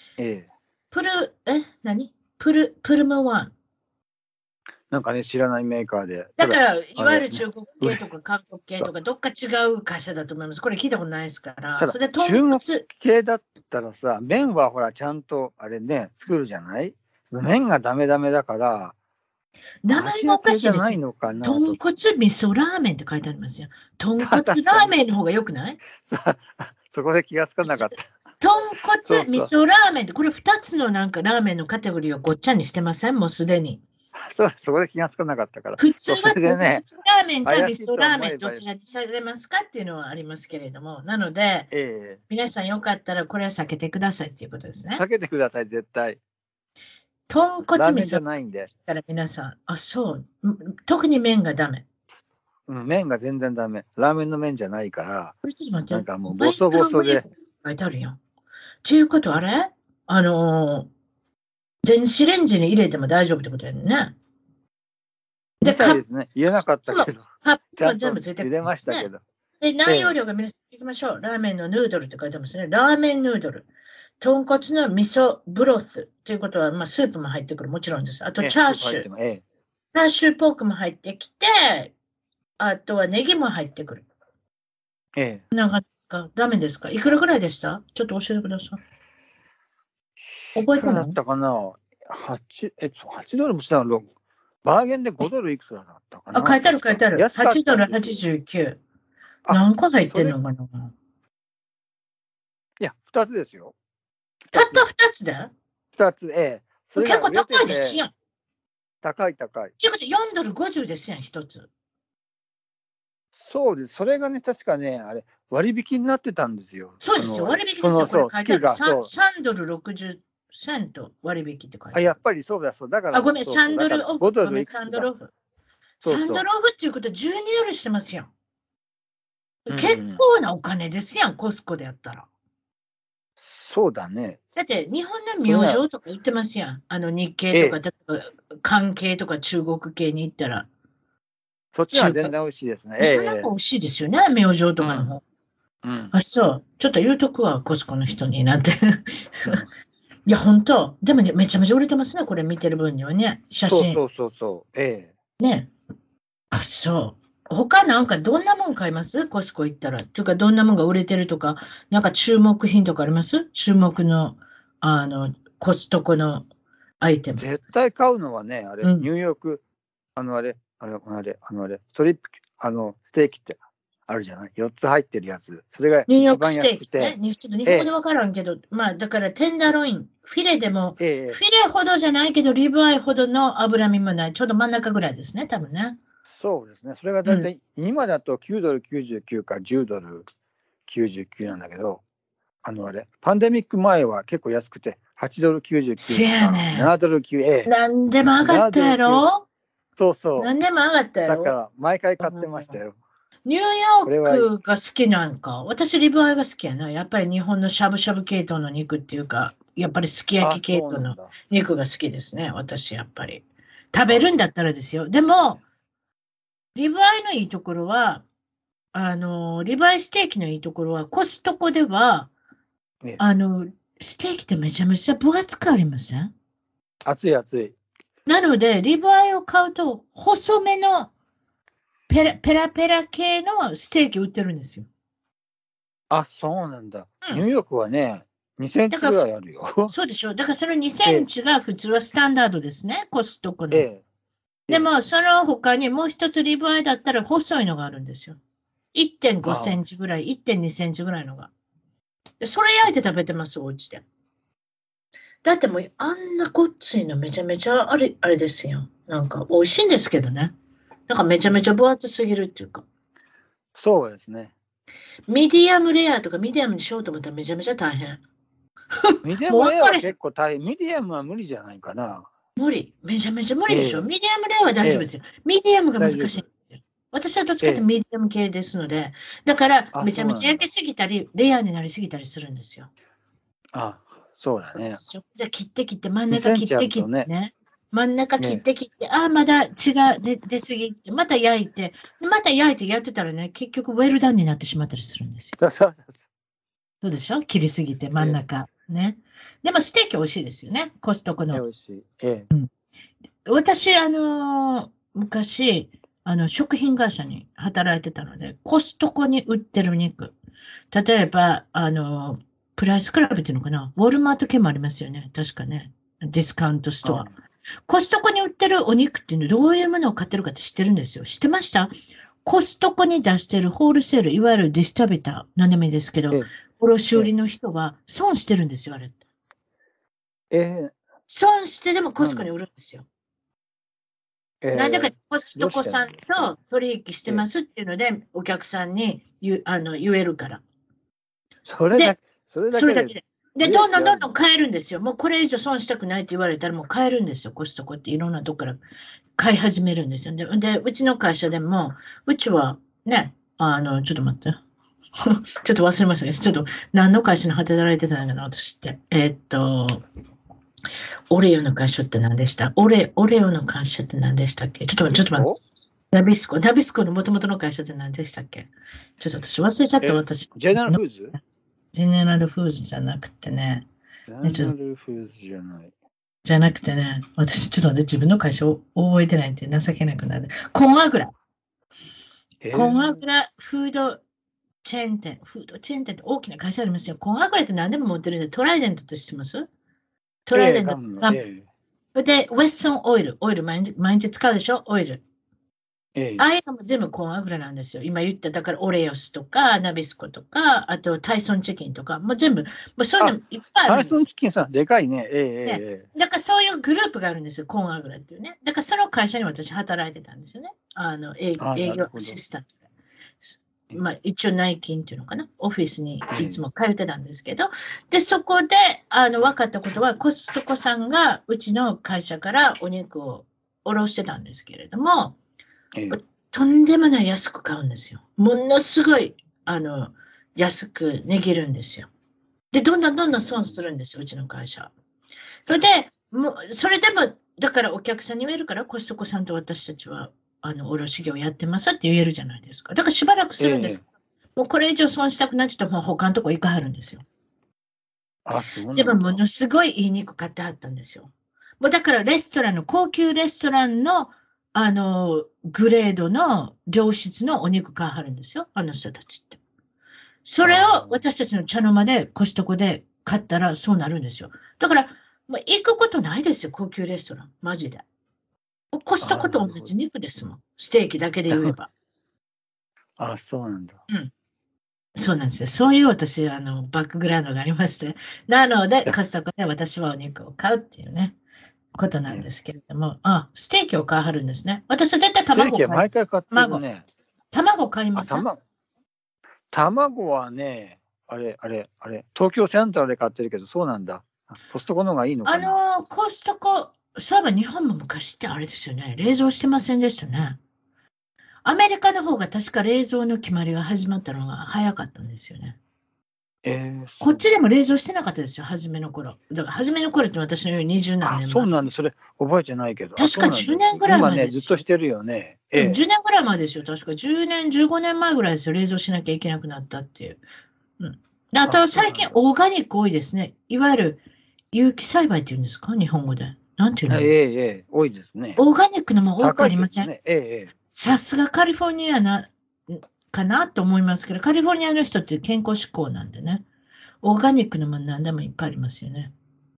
プルムワン。 なんかね、知らないメーカーで。 だから、いわゆる中国系とか韓国系とか、どっか違う会社だと思います。これ聞いたことないですから。 ただ、中国系だったらさ、麺はほら、ちゃんと、あれね、作るじゃない？麺がダメだから、 名前がおかしいですよ。豚骨味噌ラーメンって書いてありますよ。豚骨ラーメンの方がよくない？ そこで気がつかなかった。 豚骨味噌ラーメンって、これ2つのなんかラーメンのカテゴリーをごっちゃにしてません？もうすでに。 そこで気がつかなかったから。 普通は豚骨ラーメンか味噌ラーメンどちらにされますかっていうのはありますけれども、なので、皆さんよかったらこれは避けてくださいっていうことですね。 避けてください、絶対。 豚骨味噌じゃないんで。 から皆さん、そう。特に麺がダメ。 麺が全然ダメ。ラーメンの麺じゃないから、 これちょっと待って、 なんかもうボソボソで。 書いてあるやん。っていうことあれ電子レンジに入れても大丈夫ってことやね。 みたいですね。言えなかったけど。 カップも全部ついてくる。茹でましたけど。 で、内容量が皆さんいきましょう。ラーメンのヌードルって書いてますね。ラーメンヌードル。豚骨の味噌ブロスということは、まあ、スープも入ってくる。もちろんです。あと、チャーシュー。チャーシューポークも入ってきて、あとはネギも入ってくる。なんかですか？ダメですか？いくらぐらいでした？ちょっと教えてください。覚えてない？ だったかな 8ドルもしたの？バーゲンで5ドルいくつだったかな？ 書いてある。8ドル89。何個入ってんのかな？ いや、2つですよ。 たった2つで ?2 つ、 結構高いですやん。 高い。 ということで4ドル50ですやん、1つ。 そうです。それがね、確かね、あれ、割引になってたんですよ。 そうですよ、割引ですよ。これ書いてある。3ドル60セント割引って書いてある。 やっぱりそうだ。だから。 ごめん、3ドルオフ。 5ドルいくつだ。 3ドルオフ。3ドルオフっていうことは12ドルしてますやん。結構なお金ですやん、コスコでやったら。 そうだね。 だって日本の明星とか売ってますやん。日系とか、例えば韓系とか中国系に行ったら。 そっちは全然美味しいですね。 なかなか美味しいですよね、明星とかの方。そう。ちょっと言うとくわ、コスコの人になんて。いや、本当。でもね、めちゃめちゃ売れてますね、これ見てる分にはね。写真。 そう。 ね。そう。他なんかどんなもん買います？コスコ行ったら。というか、どんなもんが売れてるとか、なんか注目品とかあります？注目の、コストコのアイテム。 絶対買うのはね、あれ、ニューヨーク、ストリップ、ステーキってあるじゃない？ 4 つ入ってるやつ。それが一番安くて。 ニューヨークステーキね。ちょっと日本語で分からんけど、まあ、だからテンダーロイン、フィレでも、フィレほどじゃないけど、リブアイほどの脂身もない、ちょうど真ん中ぐらいですね、多分ね。 そうですね。それがだいたい、今だと9ドル99か10ドル99なんだけど、パンデミック前は結構安くて、8ドル99とか、7ドル9。 何でも上がったやろ？ そう。 何でも上がったやろ？ だから、毎回買ってましたよ。 ニューヨークが好きなんか。私、リブアイが好きやな。やっぱり日本のしゃぶしゃぶ系統の肉っていうか、やっぱりすき焼き系統の肉が好きですね。私、やっぱり。食べるんだったらですよ。でも、リブアイのいいところは、リブアイステーキのいいところは、コストコでは、ステーキってめちゃめちゃ分厚くありません？ 厚い。 なので、リブアイを買うと、細めのペラ系のステーキ売ってるんですよ。 そうなんだ。ニューヨークはね、2センチぐらいあるよ。 そうでしょ。だからその2センチが普通はスタンダードですね、コストコの。でも、その他にもう一つリブアイだったら細いのがあるんですよ。1.5 センチぐらい、1.2 センチぐらいのが。でそれ焼いて食べてます、お家で。だってもう、あんなごっついのめちゃめちゃあれですよ。なんか、美味しいんですけどね。なんかめちゃめちゃ分厚すぎるっていうか。 そうですね。 ミディアムレアとかミディアムにしようと思ったらめちゃめちゃ大変。 ミディアムレアは結構大変。ミディアムは無理じゃないかな。 無理。めちゃめちゃ無理でしょ。ミディアムレアは大丈夫ですよ。ミディアムが難しいんですよ。私はどっちかというとミディアム系ですので、だからめちゃめちゃ焼きすぎたり、レアになりすぎたりするんですよ。 そうだね。 じゃあ切って真ん中切ってね。 真ん中切ってああ、まだ血が出すぎて、また焼いてやってたらね、結局ウェルダンになってしまったりするんですよ。そうでしょ、切りすぎて真ん中。ね。でもステーキ美味しいですよね、コストコの。 美味しい。 私、昔、食品会社に働いてたので、コストコに売ってる肉。例えば、プライスクラブっていうのかな、ウォルマート系もありますよね。確かね。ディスカウントストア。コストコに売ってるお肉っていうのはどういうものを買ってるかって知ってるんですよ。知ってました？コストコに出してるホールセール、いわゆるディスタビター、何でもいいですけど、卸売りの人は損してるんですよ、あれって。損してでもコストコに売るんですよ。なんでかコストコさんと取引してますっていうので、お客さんに言えるから。 それだけで。 で、どんどん買えるんですよ。もうこれ以上損したくないって言われたらもう買えるんですよ。コストコっていろんなとこから買い始めるんですよ。で、うちの会社でも、うちはね、ちょっと待って。ちょっと忘れましたね。ちょっと何の会社に働いてたんだかな、私って。オレオの会社って何でした？オレオの会社って何でしたっけ？ちょっと待って。ナビスコの元々の会社って何でしたっけ？ちょっと私忘れちゃった、私。 ジェネラルフーズ？ ジェネラルフーズじゃなくてね。 ジェネラルフーズじゃない。 じゃなくてね、私ちょっと待って、自分の会社を覚えてないって情けなくなる。コンアグラ。コンアグラフードチェーン店。フードチェーン店って大きな会社ありますよ。コンアグラって何でも持ってるんで、トライデントって知ってます？トライデント。で、ウェスソンオイル毎日使うでしょ、オイル。ああいうのも全部コーンアグラなんですよ。今言った、だからオレオスとか、ナビスコとか、あとタイソンチキンとか、もう全部、もうそういうのいっぱいあるんですよ。 タイソンチキンさん、でかいね。 だからそういうグループがあるんですよ、コーンアグラっていうね。だからその会社に私働いてたんですよね。営業アシスタントで。まあ、一応内勤っていうのかな、オフィスにいつも通ってたんですけど、で、そこで、分かったことは、コストコさんがうちの会社からお肉を卸してたんですけれども、とんでもない安く買うんですよ。ものすごい、安く値切るんですよ。で、どんどん損するんですよ、うちの会社。それでも、だからお客さんに言えるから、コストコさんと私たちは、卸業やってますって言えるじゃないですか。だからしばらくするんです。もうこれ以上損したくなっちゃったら、もう他のとこ行かはるんですよ。でも、ものすごいいい肉買ってはったんですよ。もうだから高級レストランの、グレードの上質のお肉買はるんですよ、あの人たちって。それを私たちの茶の間でコストコで買ったらそうなるんですよ。だから、もう行くことないですよ、高級レストラン。マジで。コストコと同じ肉ですもん。ステーキだけで言えば。 そうなんだ。 そうなんですよ。そういう私、バックグラウンドがありまして。なので、コストコで私はお肉を買うっていうね、ことなんですけれども。ステーキを買いはるんですね。私は絶対卵を買います。 毎回買ってるね。 卵買います？ 卵はね、あれ、東京セントラルで買ってるけど、そうなんだ。コストコの方がいいのかな。 コストコ、そういえば日本も昔ってあれですよね。冷蔵してませんでしたね。アメリカの方が確か冷蔵の決まりが始まったのが早かったんですよね。こっちでも冷蔵してなかったですよ、初めの頃。だから初めの頃って私のように20何年前。 そうなんだ、それ覚えてないけど。 確か10年ぐらい前ですよ。 今ね、ずっとしてるよね。 10年ぐらい前ですよ、確か。10年、15年前ぐらいですよ、冷蔵しなきゃいけなくなったっていう。あと最近オーガニック多いですね。いわゆる有機栽培っていうんですか、日本語で。なんていうの？ 多いですね。 オーガニックのも多くありません？ ね、 さすがカリフォルニアかなと思いますけど、カリフォルニアの人って健康志向なんでね。オーガニックのもの何でもいっぱいありますよね。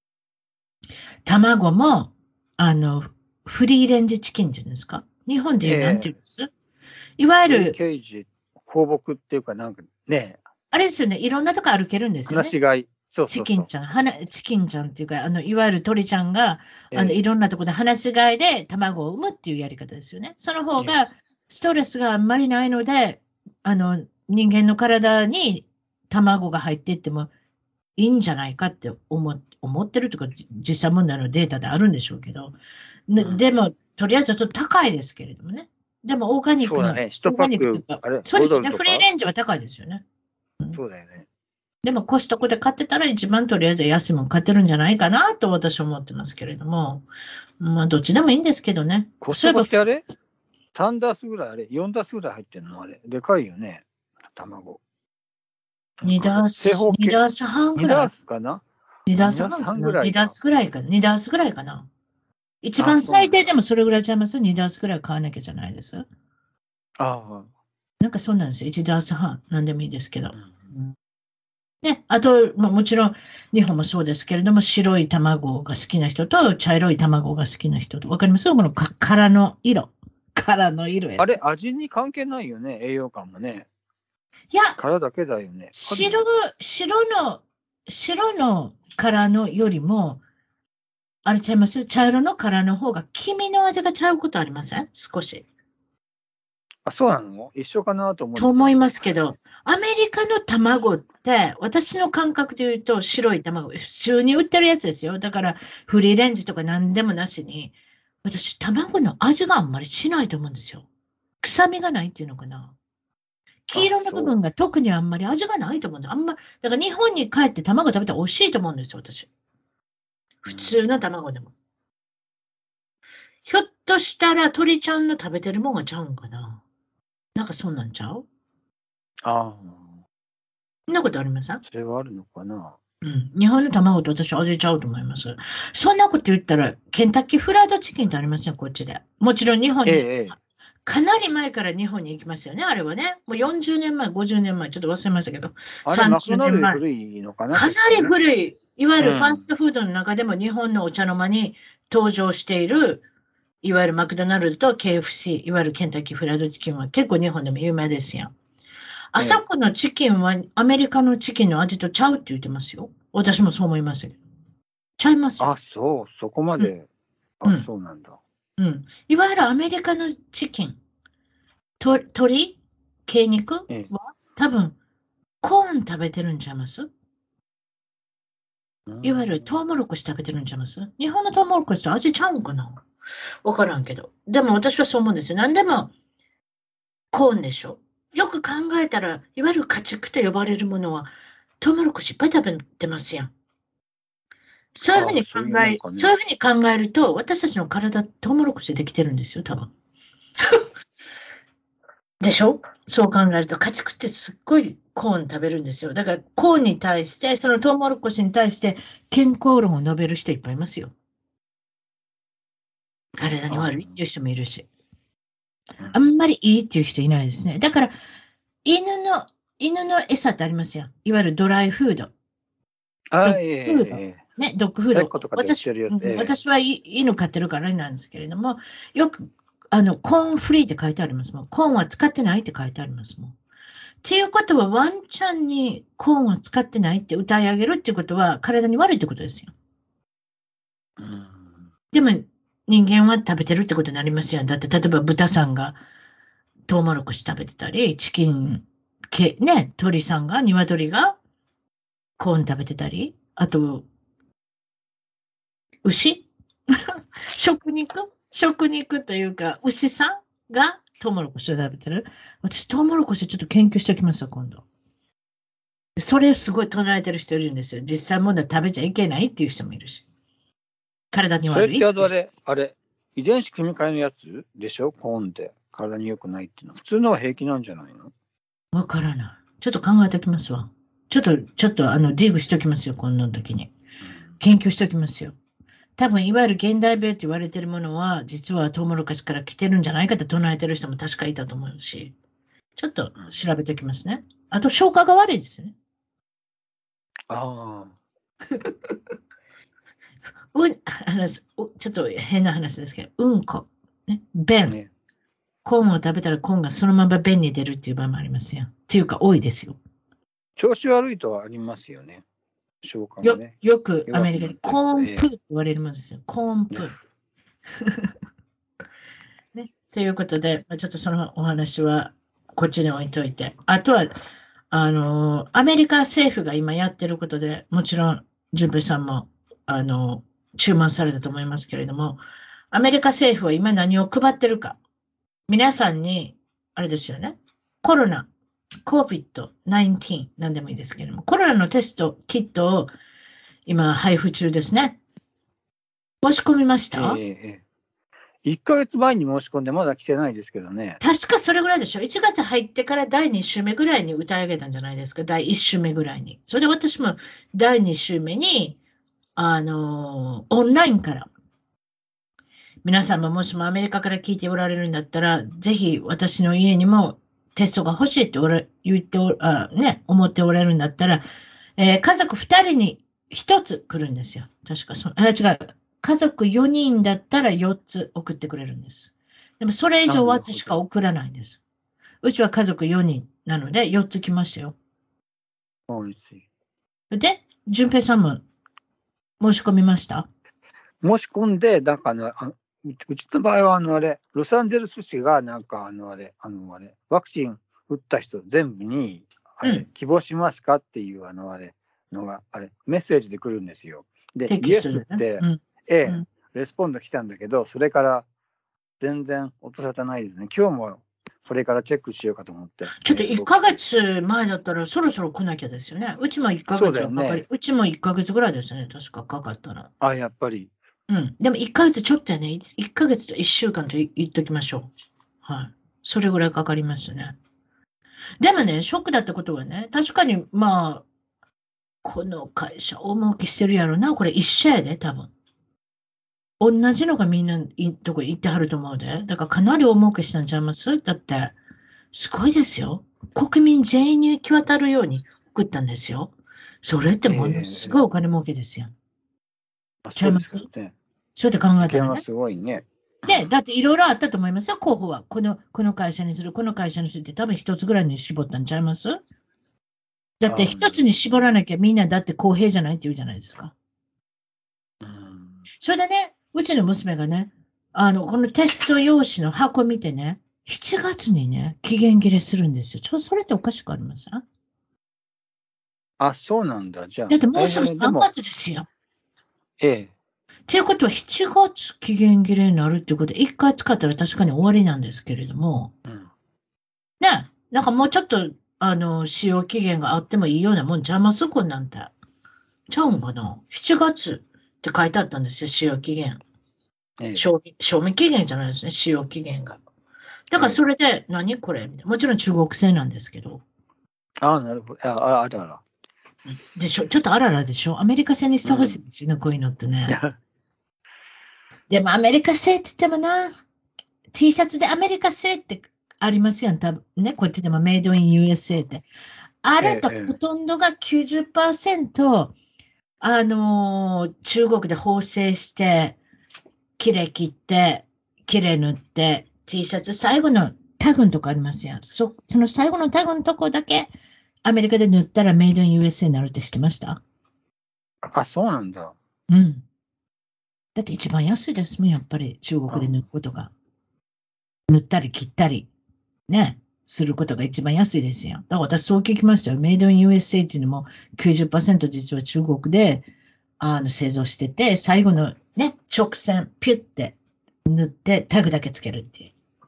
卵も、フリーレンジチキンっていうんですか？日本で何て言うんです？いわゆる、 ケージ、放牧っていうかなんかね。 あれですよね、いろんなとこ歩けるんですよね。 放し飼い。 チキンちゃんっていうか、いわゆる鳥ちゃんが、いろんなところで放し飼いで卵を産むっていうやり方ですよね。その方が、ストレスがあんまりないので、人間の体に卵が入っていってもいいんじゃないかって思ってるとか、実際問題のデータであるんでしょうけど、でも、とりあえずちょっと高いですけれどもね。でも、オーガニックの、 そうだね、1パック、 そうですね、フリーレンジは高いですよね。 そうだよね。 でもコストコで買ってたら一番とりあえず安いもん買ってるんじゃないかなと私は思ってますけれども。まあどっちでもいいんですけどね。 コストコってあれ ?3 ダースぐらいあれ ?4 ダースぐらい入ってんのあれ。でかいよね。卵。 2ダース、2ダース半ぐらい。 2ダースかな ?2 ダース半ぐらい。2ダースぐらいか。2ダースぐらいかな。一番最低でもそれぐらいちゃいます ?2 ダースぐらい買わなきゃじゃないです。なんかそうなんですよ。1ダース半。なんでもいいですけど。ね、あと、もちろん、日本もそうですけれども、白い卵が好きな人と、茶色い卵が好きな人と、わかりますこの殻の色。殻の色あれ、味に関係ないよね、栄養価もね。 いや、 殻だけだよね。 白の殻のよりも、あれちゃいます茶色の殻の方が黄身の味がちゃうことありません少し。 あ、そうなの一緒かなと思う。 と思いますけど、アメリカの卵って、私の感覚で言うと白い卵、普通に売ってるやつですよ。だからフリーレンジとか何でもなしに、私、卵の味があんまりしないと思うんですよ。臭みがないっていうのかな。黄色の部分が特にあんまり味がないと思うんだ。だから日本に帰って卵食べたら美味しいと思うんですよ、私。普通の卵でも。ひょっとしたら鳥ちゃんの食べてるもんがちゃうんかな。なんかそうなんちゃうああ。 そんなことありませんそれはあるのかな。 うん。日本の卵と私味ちゃうと思います。そんなこと言ったら、ケンタッキーフライドチキンってありません、こっちで。もちろん日本に、かなり前から日本に行きますよね、あれはね。もう40年前、50年前、ちょっと忘れましたけど。 あれ、マクドナルド古いのかなかなり古い、いわゆるファストフードの中でも日本のお茶の間に登場している、いわゆるマクドナルドと KFC、いわゆるケンタッキーフライドチキンは結構日本でも有名ですやん。あそこのチキンはアメリカのチキンの味とちゃうって言ってますよ。私もそう思いますけど。ちゃいますよ。 あ、そう、そこまで。そうなんだ。 いわゆるアメリカのチキン、鶏鶏肉は、多分、コーン食べてるんちゃいますいわゆるトウモロコシ食べてるんちゃいます日本のトウモロコシと味ちゃうんかなわからんけど。でも私はそう思うんですよ。何でもコーンでしょ。よく考えたら、いわゆる家畜と呼ばれるものは、トウモロコシいっぱい食べてますやん。そういうふうに考えると、私たちの体、トウモロコシでできてるんですよ、多分。でしょそう考えると、家畜ってすっごいコーン食べるんですよ。だから、コーンに対して、そのトウモロコシに対して、健康論を述べる人いっぱいいますよ。体に悪いっていう人もいるし。あんまりいいっていう人いないですね。だから、犬の餌ってありますよ。いわゆるドライフード。ドッグフード。ね、ドッグフード。私は犬飼ってるからなんですけれども、よく、コーンフリーって書いてありますもん。コーンは使ってないって書いてありますもん。っていうことは、ワンちゃんにコーンは使ってないって歌い上げるってことは、体に悪いってことですよ。でも、人間は食べてるってことになりますよ。だって、例えば豚さんがトウモロコシ食べてたり、チキン、鳥さんが、鶏がコーン食べてたり、あと、牛食肉というか、牛さんがトウモロコシを食べてる。私、トウモロコシちょっと研究しておきますよ、今度。それをすごい唱えてる人いるんですよ。実際問題食べちゃいけないっていう人もいるし。体に悪い。 それってあれ、遺伝子組み換えのやつでしょコーンって体に良くないっていうのは。普通のは平気なんじゃないのわからない。ちょっと考えておきますわ。ちょっとディーグしておきますよ、こんな時に。研究しておきますよ。多分、いわゆる現代病って言われてるものは、実はトウモロコシから来てるんじゃないかって唱えてる人も確かいたと思うし、ちょっと調べておきますね。あと、消化が悪いですよね。 ああ。 ちょっと変な話ですけど、うんこ、便、コーンを食べたらコーンがそのまま便に出るっていう場合もありますよ。っていうか、多いですよ。 調子悪いとはありますよね。消化がね。 よくアメリカでコーンプーって言われるものですよ。コーンプー。ね。ということで、ちょっとそのお話はこっちに置いといて。あとは、アメリカ政府が今やってることで、もちろん、淳平さんも、注文されたと思いますけれども、アメリカ政府は今何を配ってるか。皆さんに、あれですよね。コロナ COVID-19 なんでもいいですけれども、コロナのテストキットを今配布中ですね。申し込みました？ 1ヶ月前に申し込んでまだ来てないですけどね。 確かそれぐらいでしょ。1月入ってから第2週目ぐらいに歌い上げたんじゃないですか。第1週目ぐらいに。それで私も第2週目に、オンラインから、皆さんももしもアメリカから聞いておられるんだったら、ぜひ私の家にもテストが欲しいって思っておられるんだったら、家族2人に1つ来るんですよ。確か違う。家族4人だったら4つ送ってくれるんです。でもそれ以上は確か送らないんです。うちは家族4人なので4つ来ましたよ。で、淳平さんも申し込みました？ 申し込んで、なんかうちの場合はロサンゼルス市がなんかワクチン打った人全部に希望しますかっていうのがメッセージで来るんですよ。で、イエスって、レスポンド来たんだけど、それから全然音沙汰ないですね。今日もこれからチェックしようかと思って。 ちょっと1ヶ月前だったらそろそろ来なきゃですよね。うちも1ヶ月はかかり、うちも1ヶ月ぐらいですね。確かかかったの。 やっぱり。 でも1ヶ月ちょっとやね。1ヶ月と1週間と言っときましょう。はい。それぐらいかかりますね。でもね、ショックだったことはね、確かにこの会社大儲けしてるやろな。これ一緒やで、多分。同じのがみんなとこ行ってはると思うで。だからかなり大儲けしたんちゃいます？だって、すごいですよ。国民全員に行き渡るように送ったんですよ。それってものすごいお金儲けですよ。ちゃいます？そうやって考えたらね。 すごいね。 で、だっていろいろあったと思いますよ、候補は。この会社にする、この会社にするって多分一つぐらいに絞ったんちゃいます？だって一つに絞らなきゃみんなだって公平じゃないって言うじゃないですか。それでね、うちの娘がね、このテスト用紙の箱見てね、7月にね、期限切れするんですよ。それっておかしくありません？ そうなんだ。じゃあ。 だってもうすぐ3月ですよ。っていうことは7月期限切れになるっていうことで、1回使ったら確かに終わりなんですけれども、ね、なんかもうちょっと、使用期限があってもいいようなもんちゃいます？こんなんて。ちゃうんかな？ 7 月って書いてあったんですよ、使用期限。賞味期限じゃないですね、使用期限が。だからそれで、何これ？もちろん中国製なんですけど。 なるほど。あら。 でしょ、ちょっとあららでしょ。アメリカ製にしてほしいですよね、こういうのってね。でもアメリカ製って言ってもな、T シャツでアメリカ製ってありますやん、多分ね、こっちでもメイドイン USA って。あれとほとんどが 90%、中国で縫製して、切れ切って、切れ塗って、T シャツ最後のタグのとこありますやん。その最後のタグのとこだけ、アメリカで塗ったらメイドイン USA になるって知ってました？ そうなんだ。 だって一番安いですもん、やっぱり中国で塗ることが。塗ったり切ったり、ね、することが一番安いですよ。だから私そう聞きましたよ。メイドイン USA っていうのも 90% 実は中国で製造してて、最後のね、直線ピュッて塗ってタグだけつけるっていう。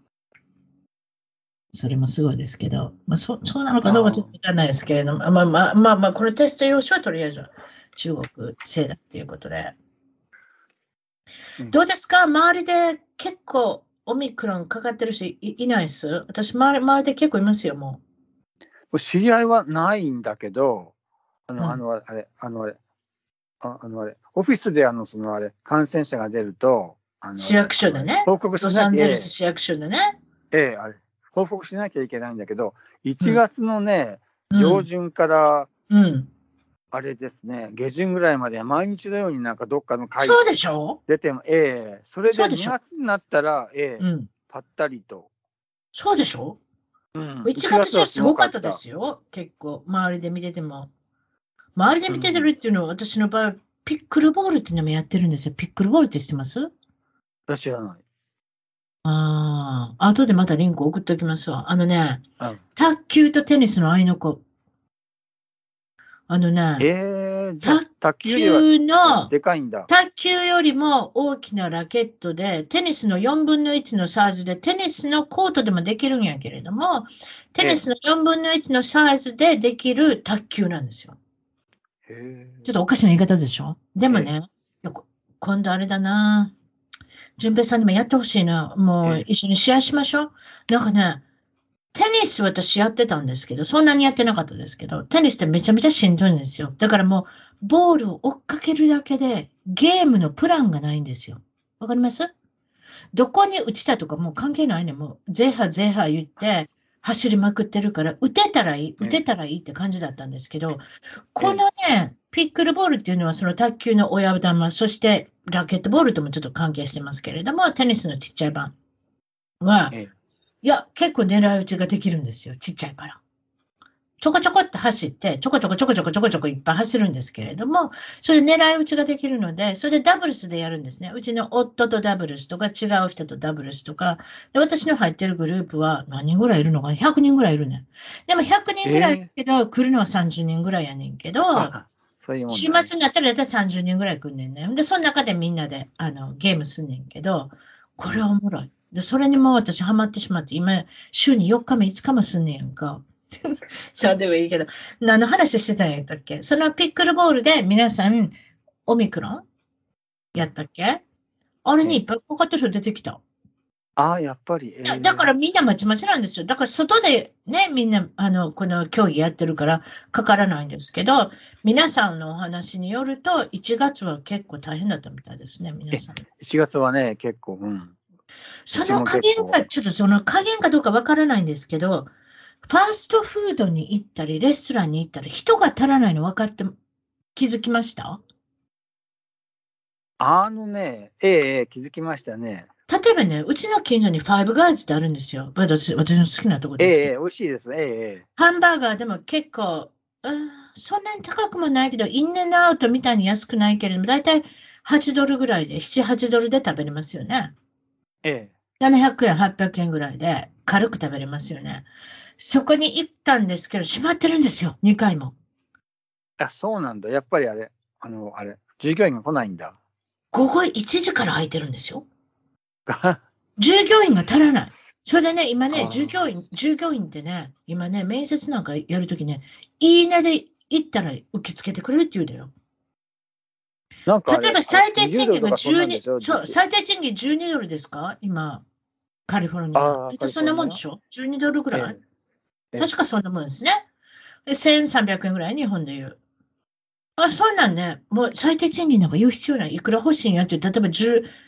それもすごいですけど、そうなのかどうかちょっとわからないですけれども、このテスト用紙はとりあえず中国製だっていうことで。どうですか？周りで結構オミクロンかかってる人 いないです？私周りで結構いますよ、もう。知り合いはないんだけど、オフィスで感染者が出ると、 市役所でね、 報告しなきゃ、 ロサンゼルス市役所でね。 報告しなきゃいけないんだけど、1月のね、上旬から、あれですね、下旬ぐらいまで毎日のようになんかどっかの会そうでしょ？ 出ても、それで2月になったら、ぱったりと。 そうでしょ？1月中すごかったですよ、結構、周りで見てても。周りで見てるっていうのは、私の場合、ピックルボールっていうのもやってるんですよ。ピックルボールって知ってます？ 知らない。 後でまたリンク送っておきますわ。卓球とテニスの合いの子。卓卓球のでかいんだ。 卓球よりも大きなラケットで、テニスの4分の1のサイズで、テニスのコートでもできるんやけれども、テニスの4分の1のサイズでできる卓球なんですよ。ちょっとおかしな言い方でしょ？でもね、今度あれだな。淳平さんでもやってほしいな。もう一緒に試合しましょう。なんかね、テニス私やってたんですけど、そんなにやってなかったですけど、テニスってめちゃめちゃしんどいんですよ。だからもう、ボールを追っかけるだけで、ゲームのプランがないんですよ。わかります？どこに打ちたとかもう関係ないね。もう、ゼハゼハ言って、走りまくってるから、打てたらいい、打てたらいいって感じだったんですけど、このね、ピックルボールっていうのは、その卓球の親玉、そしてラケットボールともちょっと関係してますけれども、テニスのちっちゃい版は、いや、結構狙い撃ちができるんですよ。ちっちゃいから。ちょこちょこって走って、ちょこちょこちょこちょこちょこちょこいっぱい走るんですけれども、それで狙い撃ちができるので、それでダブルスでやるんですね。うちの夫とダブルスとか、違う人とダブルスとか、で私の入ってるグループは何人ぐらいいるのかな？ 100 人ぐらいいるね。でも100人ぐらいいるけど、来るのは30人ぐらいやねんけど、週末になったらだいたい30人ぐらい来んねんね。で、その中でみんなでゲームすんねんけど、これはおもろい。で、それにもう私ハマってしまって、今、週に4日目、5日もすんねんやんか。いや、でもいいけど、何の話してたんやったっけ？そのピックルボールで皆さん、オミクロンやったっけ？あれにいっぱいかかってる人出てきた。 やっぱり。 だからみんなまちまちなんですよ。だから外でね、みんな、この競技やってるからかからないんですけど、皆さんのお話によると、1月は結構大変だったみたいですね、皆さん。 1月はね、結構、 その加減が、ちょっとその加減かどうかわからないんですけど、ファーストフードに行ったり、レストランに行ったら人が足らないの分かって、気づきました？ 気づきましたね。 例えばね、うちの近所にファイブガーズってあるんですよ。私の好きなとこですけど。 美味しいですね。 ハンバーガーでも結構、そんなに高くもないけど、インネンアウトみたいに安くないけれども、だいたい8ドルぐらいで、7、8ドルで食べれますよね。700円、800円ぐらいで軽く食べれますよね。そこに行ったんですけど、閉まってるんですよ、2回も。 そうなんだ。やっぱり従業員が来ないんだ。 午後1時から空いてるんですよ。従業員が足らない。それでね、今ね、従業員ってね、今ね、面接なんかやるときね、いいねで行ったら受け付けてくれるって言うだよ。例えば最低賃金が最低賃金12ドルですか？今、カリフォルニア。そんなもんでしょ？ 12 ドルぐらい、確かそんなもんですね。で、1300円ぐらい、日本で言う。そんなんね、もう最低賃金なんか言う必要ない。いくら欲しいんやって、例えば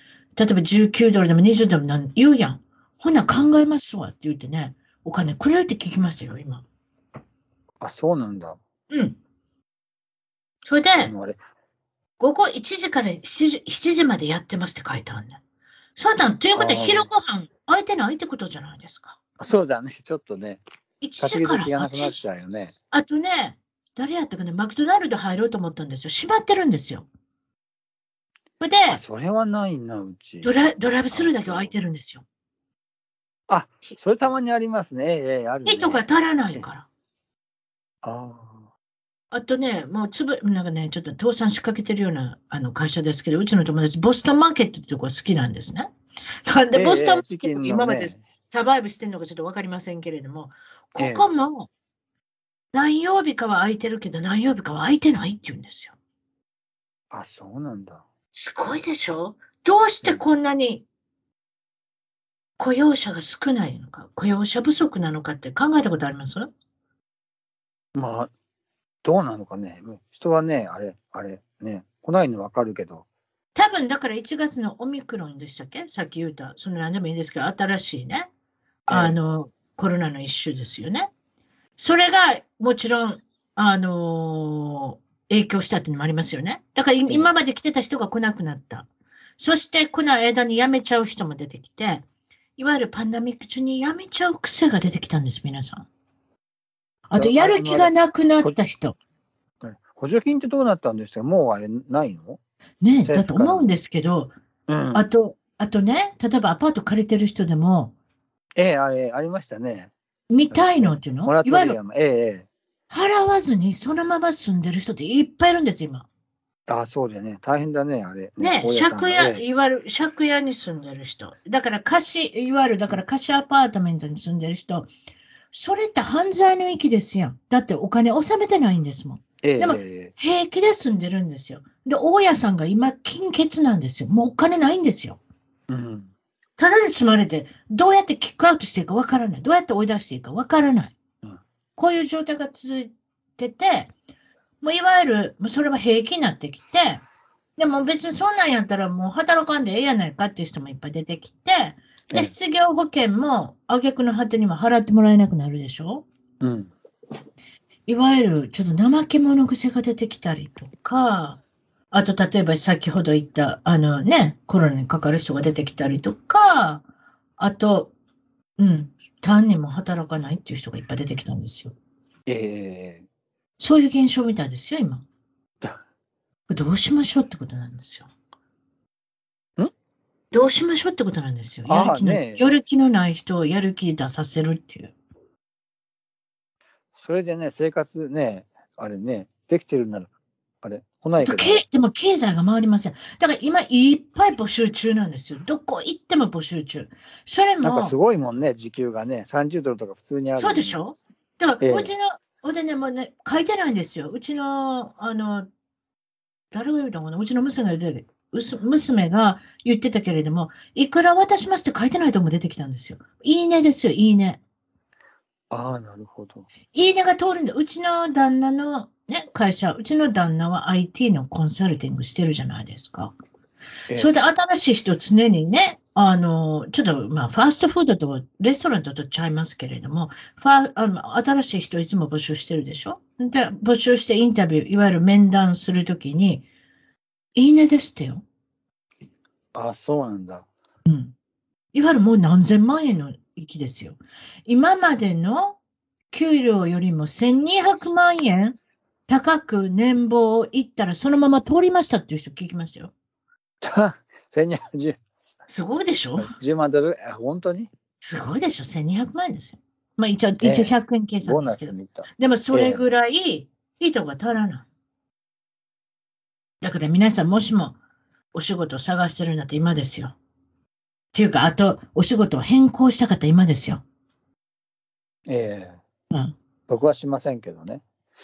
19ドルでも20ドルでも言うやん。ほな考えますわって言ってね、お金くれるって聞きましたよ、今。 そうなんだ。 それで、午後1時から7時までやってますって書いてあるね。そうだ、ということは昼ご飯空いてないってことじゃないですか。 そうだね、ちょっとね。 1時から8時。あとね、誰やったかね、マクドナルド入ろうと思ったんですよ。閉まってるんですよ。それで、 それはないな、うち。 ドライブスルーだけ空いてるんですよ。 それたまにありますね。あるね。 人が足らないから。あとね、もうなんかね、ちょっと倒産しかけてるような会社ですけど、うちの友達、ボストンマーケットってとこ好きなんですね。なんでボストンマーケット今までサバイブしてるのかちょっとわかりませんけれども、ここも何曜日かは空いてるけど、何曜日かは空いてないって言うんですよ。 そうなんだ。 すごいでしょ？どうしてこんなに雇用者が少ないのか、雇用者不足なのかって考えたことあります？ どうなのかね。人はね、ね、来ないのわかるけど。 多分だから1月のオミクロンでしたっけ？さっき言った、その何でもいいですけど、新しいね、コロナの一種ですよね。それがもちろん、影響したっていうのもありますよね。だから今まで来てた人が来なくなった。そしてこの間に辞めちゃう人も出てきて、いわゆるパンデミック中に辞めちゃう癖が出てきたんです、皆さん。あと、やる気がなくなった人。 補助金ってどうなったんですか？もうあれないの？ ね、だと思うんですけど、あとね、例えばアパート借りてる人でも、 ありましたね。 見たいのっていうの？ いわゆる、 払わずにそのまま住んでる人っていっぱいいるんです、今。 あ、そうだよね。大変だね、あれ。 ね、借家、いわゆる借家に住んでる人。だからいわゆるだから貸しアパートメントに住んでる人。それって犯罪の域ですやん。だってお金納めてないんですもん。でも、平気で住んでるんですよ。で、大家さんが今、金欠なんですよ。もうお金ないんですよ。 うん。 ただで住まれて、どうやってキックアウトしていいかわからない。どうやって追い出していいかわからない。こういう状態が続いてて、もういわゆる、それは平気になってきて、でも別にそんなんやったらもう働かんでええやないかっていう人もいっぱい出てきて、で、失業保険も挙句の果てには払ってもらえなくなるでしょ。 うん。 いわゆるちょっと怠け者癖が出てきたりとか、あと例えば先ほど言ったコロナにかかる人が出てきたりとか、あと、単にも働かないっていう人がいっぱい出てきたんですよ。そういう現象みたいですよ、今。どうしましょうってことなんですよ。どうしましょうってことなんですよ。やる気のない人をやる気出させるっていう。 それでね、生活ね、あれね、できてるんなら、あれ、来ないけど。 でも経済が回りません。だから今いっぱい募集中なんですよ。どこ行っても募集中。それも。 なんかすごいもんね、時給がね、30ドルとか普通にある、ね。 そうでしょ。だから、うちの、もうね、書いてないんですよ。うちの、誰が言うたのかな、うちの娘が言ってたけれども、いくら渡しますって書いてないとも出てきたんですよ。いいねですよ、いいね。 ああ、なるほど。 いいねが通るんで、うちの旦那の、会社、うちの旦那は IT のコンサルティングしてるじゃないですか。それで新しい人常にね、ちょっと、ファーストフードとレストランとちゃいますけれども、新しい人いつも募集してるでしょ。で、募集してインタビュー、いわゆる面談するときに、いいねですってよ。 あ、そうなんだ。 いわゆるもう何千万円の域ですよ。今までの給料よりも1200万円高く年俸を言ったらそのまま通りましたっていう人聞きましたよ。 1210。 すごいでしょ。 10万ドル、本当にすごいでしょ。1200万円ですよ。まあ一応100円計算ですけど。でもそれぐらい人が足らない。だから皆さんもしもお仕事を探してるんだって今ですよ。っていうか、あとお仕事を変更したかった今ですよ。 僕はしませんけどね。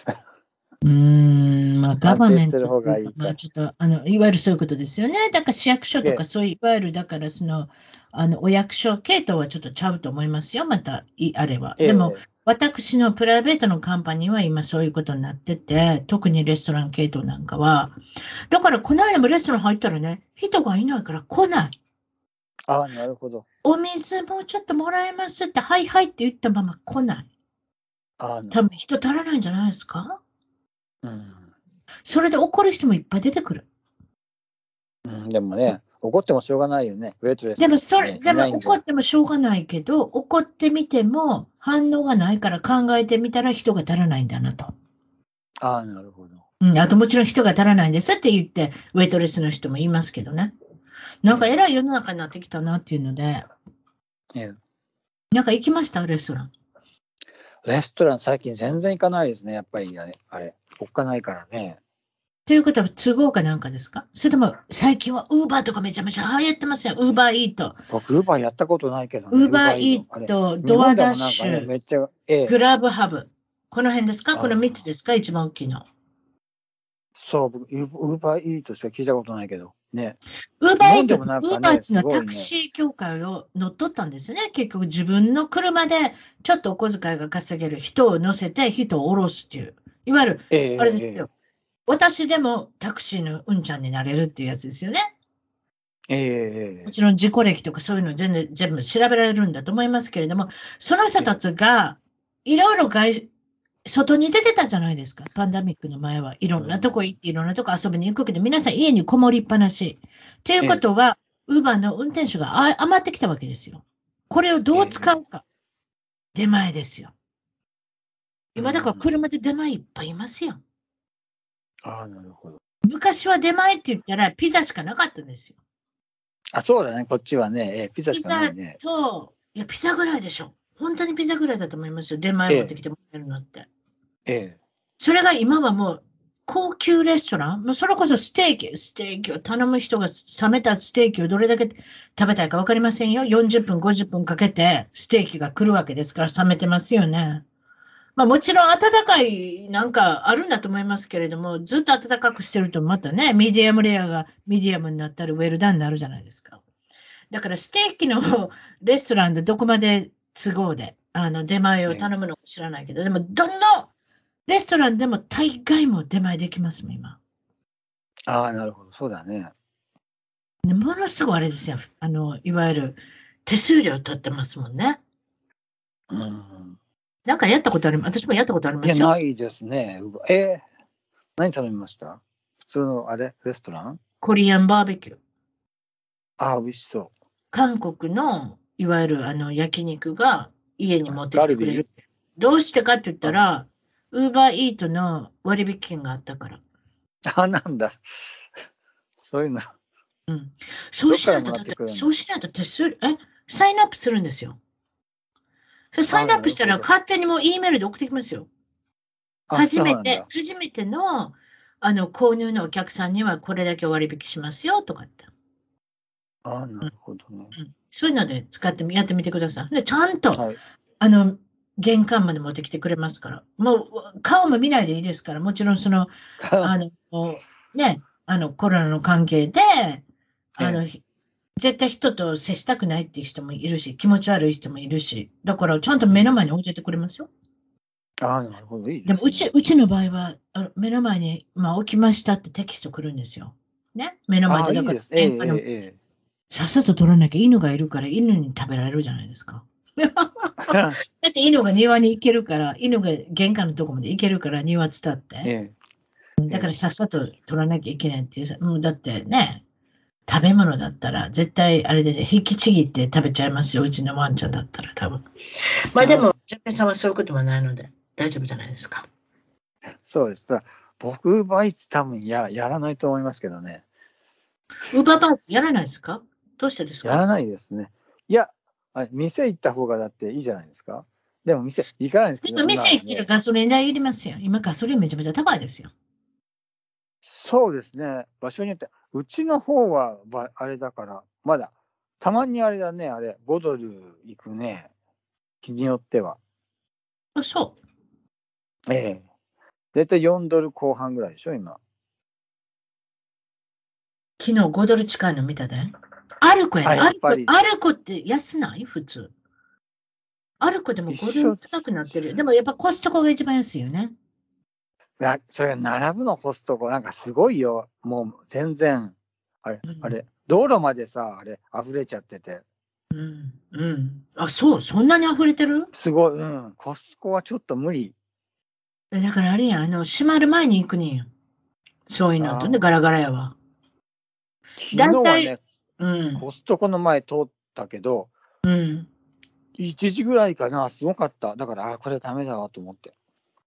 まあ、ガバメント、まあ、ちょっと、いわゆるそういうことですよね。だから市役所とか、そういう、いわゆる、だからお役所系統はちょっとちゃうと思いますよ、また、あれは。でも、私のプライベートのカンパニーは今そういうことになってて、特にレストラン系統なんかは。だから、この間もレストラン入ったらね、人がいないから来ない。 ああ、なるほど。 お水もうちょっともらえますって、はいはいって言ったまま来ない。多分人足らないんじゃないですか。それで怒る人もいっぱい出てくる。 でもね、怒ってもしょうがないよね。 でも怒ってもしょうがないけど、怒ってみても反応がないから考えてみたら人が足らないんだなと。 ああ、なるほど。 あともちろん人が足らないんですって言って、ウェイトレスの人も言いますけどね。なんか偉い世の中になってきたなっていうので。なんか行きましたレストラン。 レストラン最近全然行かないですね。やっぱりあれ、おっかないからね。 ということは都合かなんかですか？それとも最近はウーバーとかめちゃめちゃ流行ってますよ。ウーバーイート。 僕、ウーバーやったことないけどね。ウーバーイート、ドアダッシュ、 めっちゃグラブハブ。この辺ですか？この3つですか？一番大きいの。 そう、僕、ウーバーイートしか聞いたことないけど。ね。 ウーバーイート、ウーバーのタクシー協会を乗っ取ったんですよね。結局自分の車でちょっとお小遣いが稼げる人を乗せて人を降ろすっていう。いわゆる、あれですよ。私でもタクシーのうんちゃんになれるっていうやつですよね。もちろん事故歴とかそういうの全部調べられるんだと思いますけれども、その人たちがいろいろ外に出てたじゃないですか。パンダミックの前はいろんなとこ行っていろんなとこ遊びに行くけど、皆さん家にこもりっぱなし。ということは、ウーバーの運転手が余ってきたわけですよ。これをどう使うか。出前ですよ。今だから車で出前いっぱいいますよ。 ああ、なるほど。 昔は出前って言ったらピザしかなかったんですよ。 あ、そうだね。こっちはね、ピザしかないね。 ピザと、いや、ピザぐらいでしょ。本当にピザぐらいだと思いますよ。出前持ってきてもらえるのって。それが今はもう、 高級レストラン、それこそステーキを頼む人が冷めたステーキをどれだけ食べたいか分かりませんよ。40分、50分かけてステーキが来るわけですから冷めてますよね。まあもちろん温かいなんかあるんだと思いますけれども、ずっと温かくしてるとまたね、ミディアムレアがミディアムになったりウェルダンになるじゃないですか。だからステーキのレストランでどこまで都合で出前を頼むのか知らないけど、でもどのレストランでも大概も出前できますもん、今。 ああ、なるほど、そうだね。 ものすごいあれですよ。いわゆる手数料取ってますもんね。 うん。 なんかやったことあります。私もやったことありますよ。 いや、ないですね。何頼みました？普通のレストラン？ コリアンバーベキュー。 ああ、美味しそう。 韓国の、いわゆる焼肉が家に持ってきてくれる。どうしてかって言ったら、ウーバーイートの割引券があったから。 あ、なんだ。そういうの。 うん。そうしないと手数料、サインアップするんですよ。サインアップしたら勝手にもう E メールで送ってきますよ。初めての購入のお客さんにはこれだけ割引しますよとかって。 ああ、なるほどね。 そういうのでやってみてください。で、ちゃんと、 はい、 玄関まで持ってきてくれますから。もう、顔も見ないでいいですから、もちろんね、コロナの関係で、絶対人と接したくないっていう人もいるし、気持ち悪い人もいるし、だからちゃんと目の前に置いててくれますよ。 ああ、なるほど、いいですね。 でもうちの場合は、目の前に、置きましたってテキスト来るんですよ。ね、目の前で、だから、さっさと取らなきゃ犬がいるから犬に食べられるじゃないですか。だって犬が庭に行けるから、犬が玄関のとこまで行けるから庭伝って。だからさっさと取らなきゃいけないっていう、もうだってね、食べ物だったら絶対あれで引きちぎって食べちゃいますよ、うちのワンちゃんだったら多分。まあでも、ジャペさんはそういうことはないので大丈夫じゃないですか。 そうです。僕、ウーバーイーツ多分やらないと思いますけどね。 ウーバーバーツやらないですか？どうしてですか？ やらないですね。いや、店行った方がだっていいじゃないですか。でも店行かないんですけど。 でも店行ってるガソリン代いりますよ。今ガソリンめちゃめちゃ高いですよ。 そうですね。場所によって、うちの方はあれだから、まだ、たまにあれだね、5ドルいくね。日によっては。 そう。 だいたい4ドル後半ぐらいでしょ、今。 昨日5ドル近いの見たで。アルコやね。アルコって安ない普通。アルコでも5ドル高くなってる。でもやっぱコストコが一番安いよね。 それ並ぶのコストコなんかすごいよ。もう全然。道路までさ、溢れちゃってて。 あ、そんなに溢れてる？ すごい、コストコはちょっと無理。 だからあれや、閉まる前に行くねんよ。そういうのとね、ガラガラやわ。 昨日はね、コストコの前通ったけど、1時ぐらいかな、すごかった。だから、これダメだわと思って。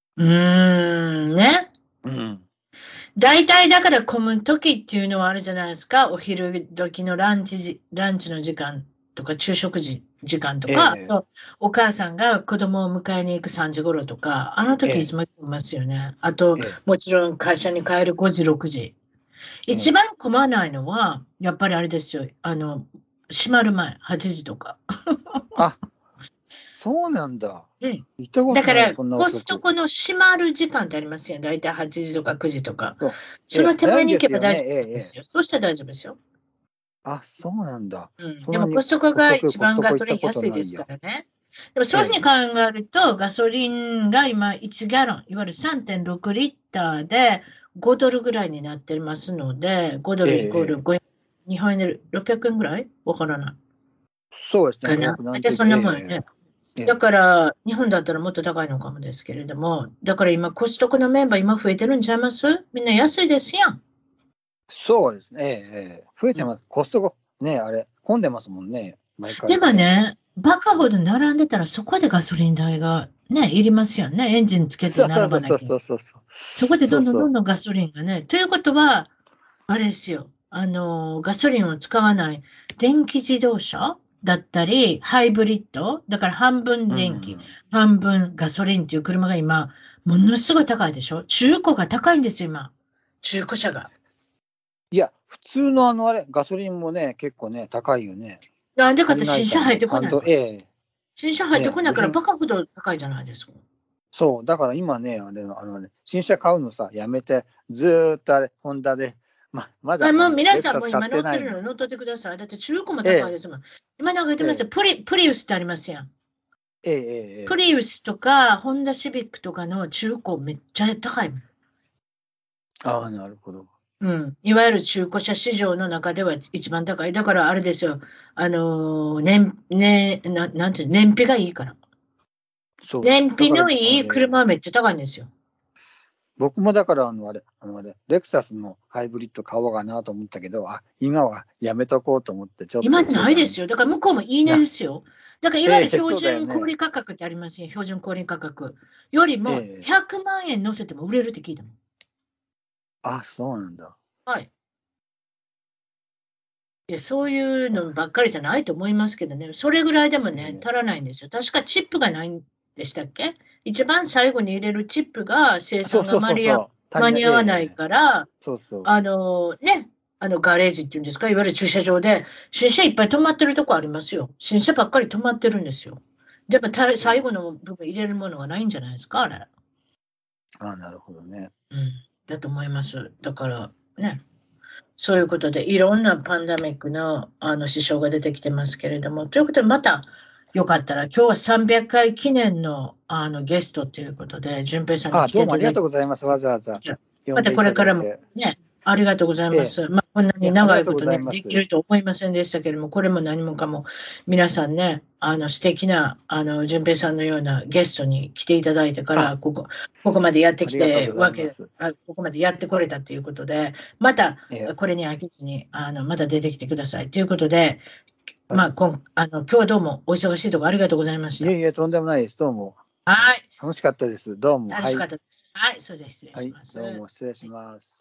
ね。大体だから混む時っていうのはあるじゃないですか。お昼時のランチの時間とか、昼食時間とか、あとお母さんが子供を迎えに行く3時頃とか、あの時いつもいますよね。あと、もちろん会社に帰る5時、6時。一番混まないのは、やっぱりあれですよ。閉まる前、8時とか。 あ、そうなんだ。 だから、コストコの閉まる時間ってありますよね。だいたい8時とか9時とか。その手前に行けば大丈夫ですよ。そうしたら大丈夫ですよ。 あ、そうなんだ。 でもコストコが一番ガソリン安いですからね。でもそういうふうに考えると、ガソリンが今1ギャロン、いわゆる 3.6 リッターで5ドルぐらいになってますので、5ドルイコール5円、日本円で600円ぐらいわからない。 そうですね。 大体そんなもんね。だから、日本だったらもっと高いのかもですけれども、だから今、コストコのメンバー今増えてるんちゃいます？みんな安いですやん。 そうですね。増えてます。コストコ、ね、混んでますもんね。毎回。 でもね、バカほど並んでたら、そこでガソリン代がね、いりますよね。エンジンつけて並ばなきゃ。そこでどんどんガソリンがね。ということは、あれですよ。ガソリンを使わない電気自動車だったり、ハイブリッド、だから半分電気、半分ガソリンっていう車が今、 ものすごい高いでしょ。中古が高いんですよ、今。中古車が。 いや、普通のあれ、ガソリンもね、結構ね、高いよね。 なんでかって新車入ってこないから。 ええ新車入ってこないから部品バカほど高いじゃないですか。 そう、だから今ね、新車買うのさ、やめて、ずーっとあれ、ホンダで、まだもう皆レクサス買さんも今乗ってってないの。 るの乗っとってください。だって中古もええ、 高いですもん。今なんか言ってました、 ええ、 プリウスってありますやん。 ええ、ええ。 プリウスとか、ホンダシビックとかの中古めっちゃ高いもん。 ああ、なるほど。 うん。いわゆる中古車市場の中では一番高い。だからあれですよ。なんていう、燃費がいいから。 そう。 燃費だから、 のいい車はめっちゃ高いんですよ。 僕もだからレクサスのハイブリッド買おうかなと思ったけど、今はやめとこうと思って、ちょっ今と中断。 ないですよ。だから向こうもいいねでな、 すよ。だからいわゆる標そうだよね。 準小売価格ってありますよ。標準小売価格よりもええ、 100万円乗せても売れるって聞いたもん。 そうなんだ。 はい。いや、そういうのばっかりじゃないと思いますけどね。それぐらいでもね、 ええ、 足らないんですよ。確かチップがないんでしたっけ？一番最後に入れるチップが生産がそうそうそうそう、足り間ない。 に合わないから、 そうそう。 ガレージっていうんですか、いわゆる駐車場で、新車いっぱい止まってるとこありますよ。新車ばっかり止まってるんですよ。でも最後の部分入れるものがないんじゃないですか、あれ。 なるほどね。 うん。だと思います。だからね。そういうことで、いろんなパンダミックの、支障が出てきてますけれども、ということで、また、よかったら、今日は300回記念の、ゲストということで、淳平さんに来てどうもありがいただきまとうございます。わざわざ呼またんでいたこれからもだいて。 ね、ありがとうございええ、 ます。こんなにありがとうご長いことね、 ざいます。 できると思いませんでしたけれども、これも何もかも、皆さんね、素敵な、淳平さんのようなゲストに来ていただいてかあ、 ら、ここまでやってきありがとうございてます。 ここまでやってこれたということで、また、 ええ、 これに飽きずに、また出てきてください。ということで、 はい。 今日はどうもお忙しいところありがとうございました。 いえいえ、とんでもないです。どうも。 はい。 楽しかったです。どうも。 楽しはい。 かったです。はい。それでは失礼はい。 します。 どうも失礼します。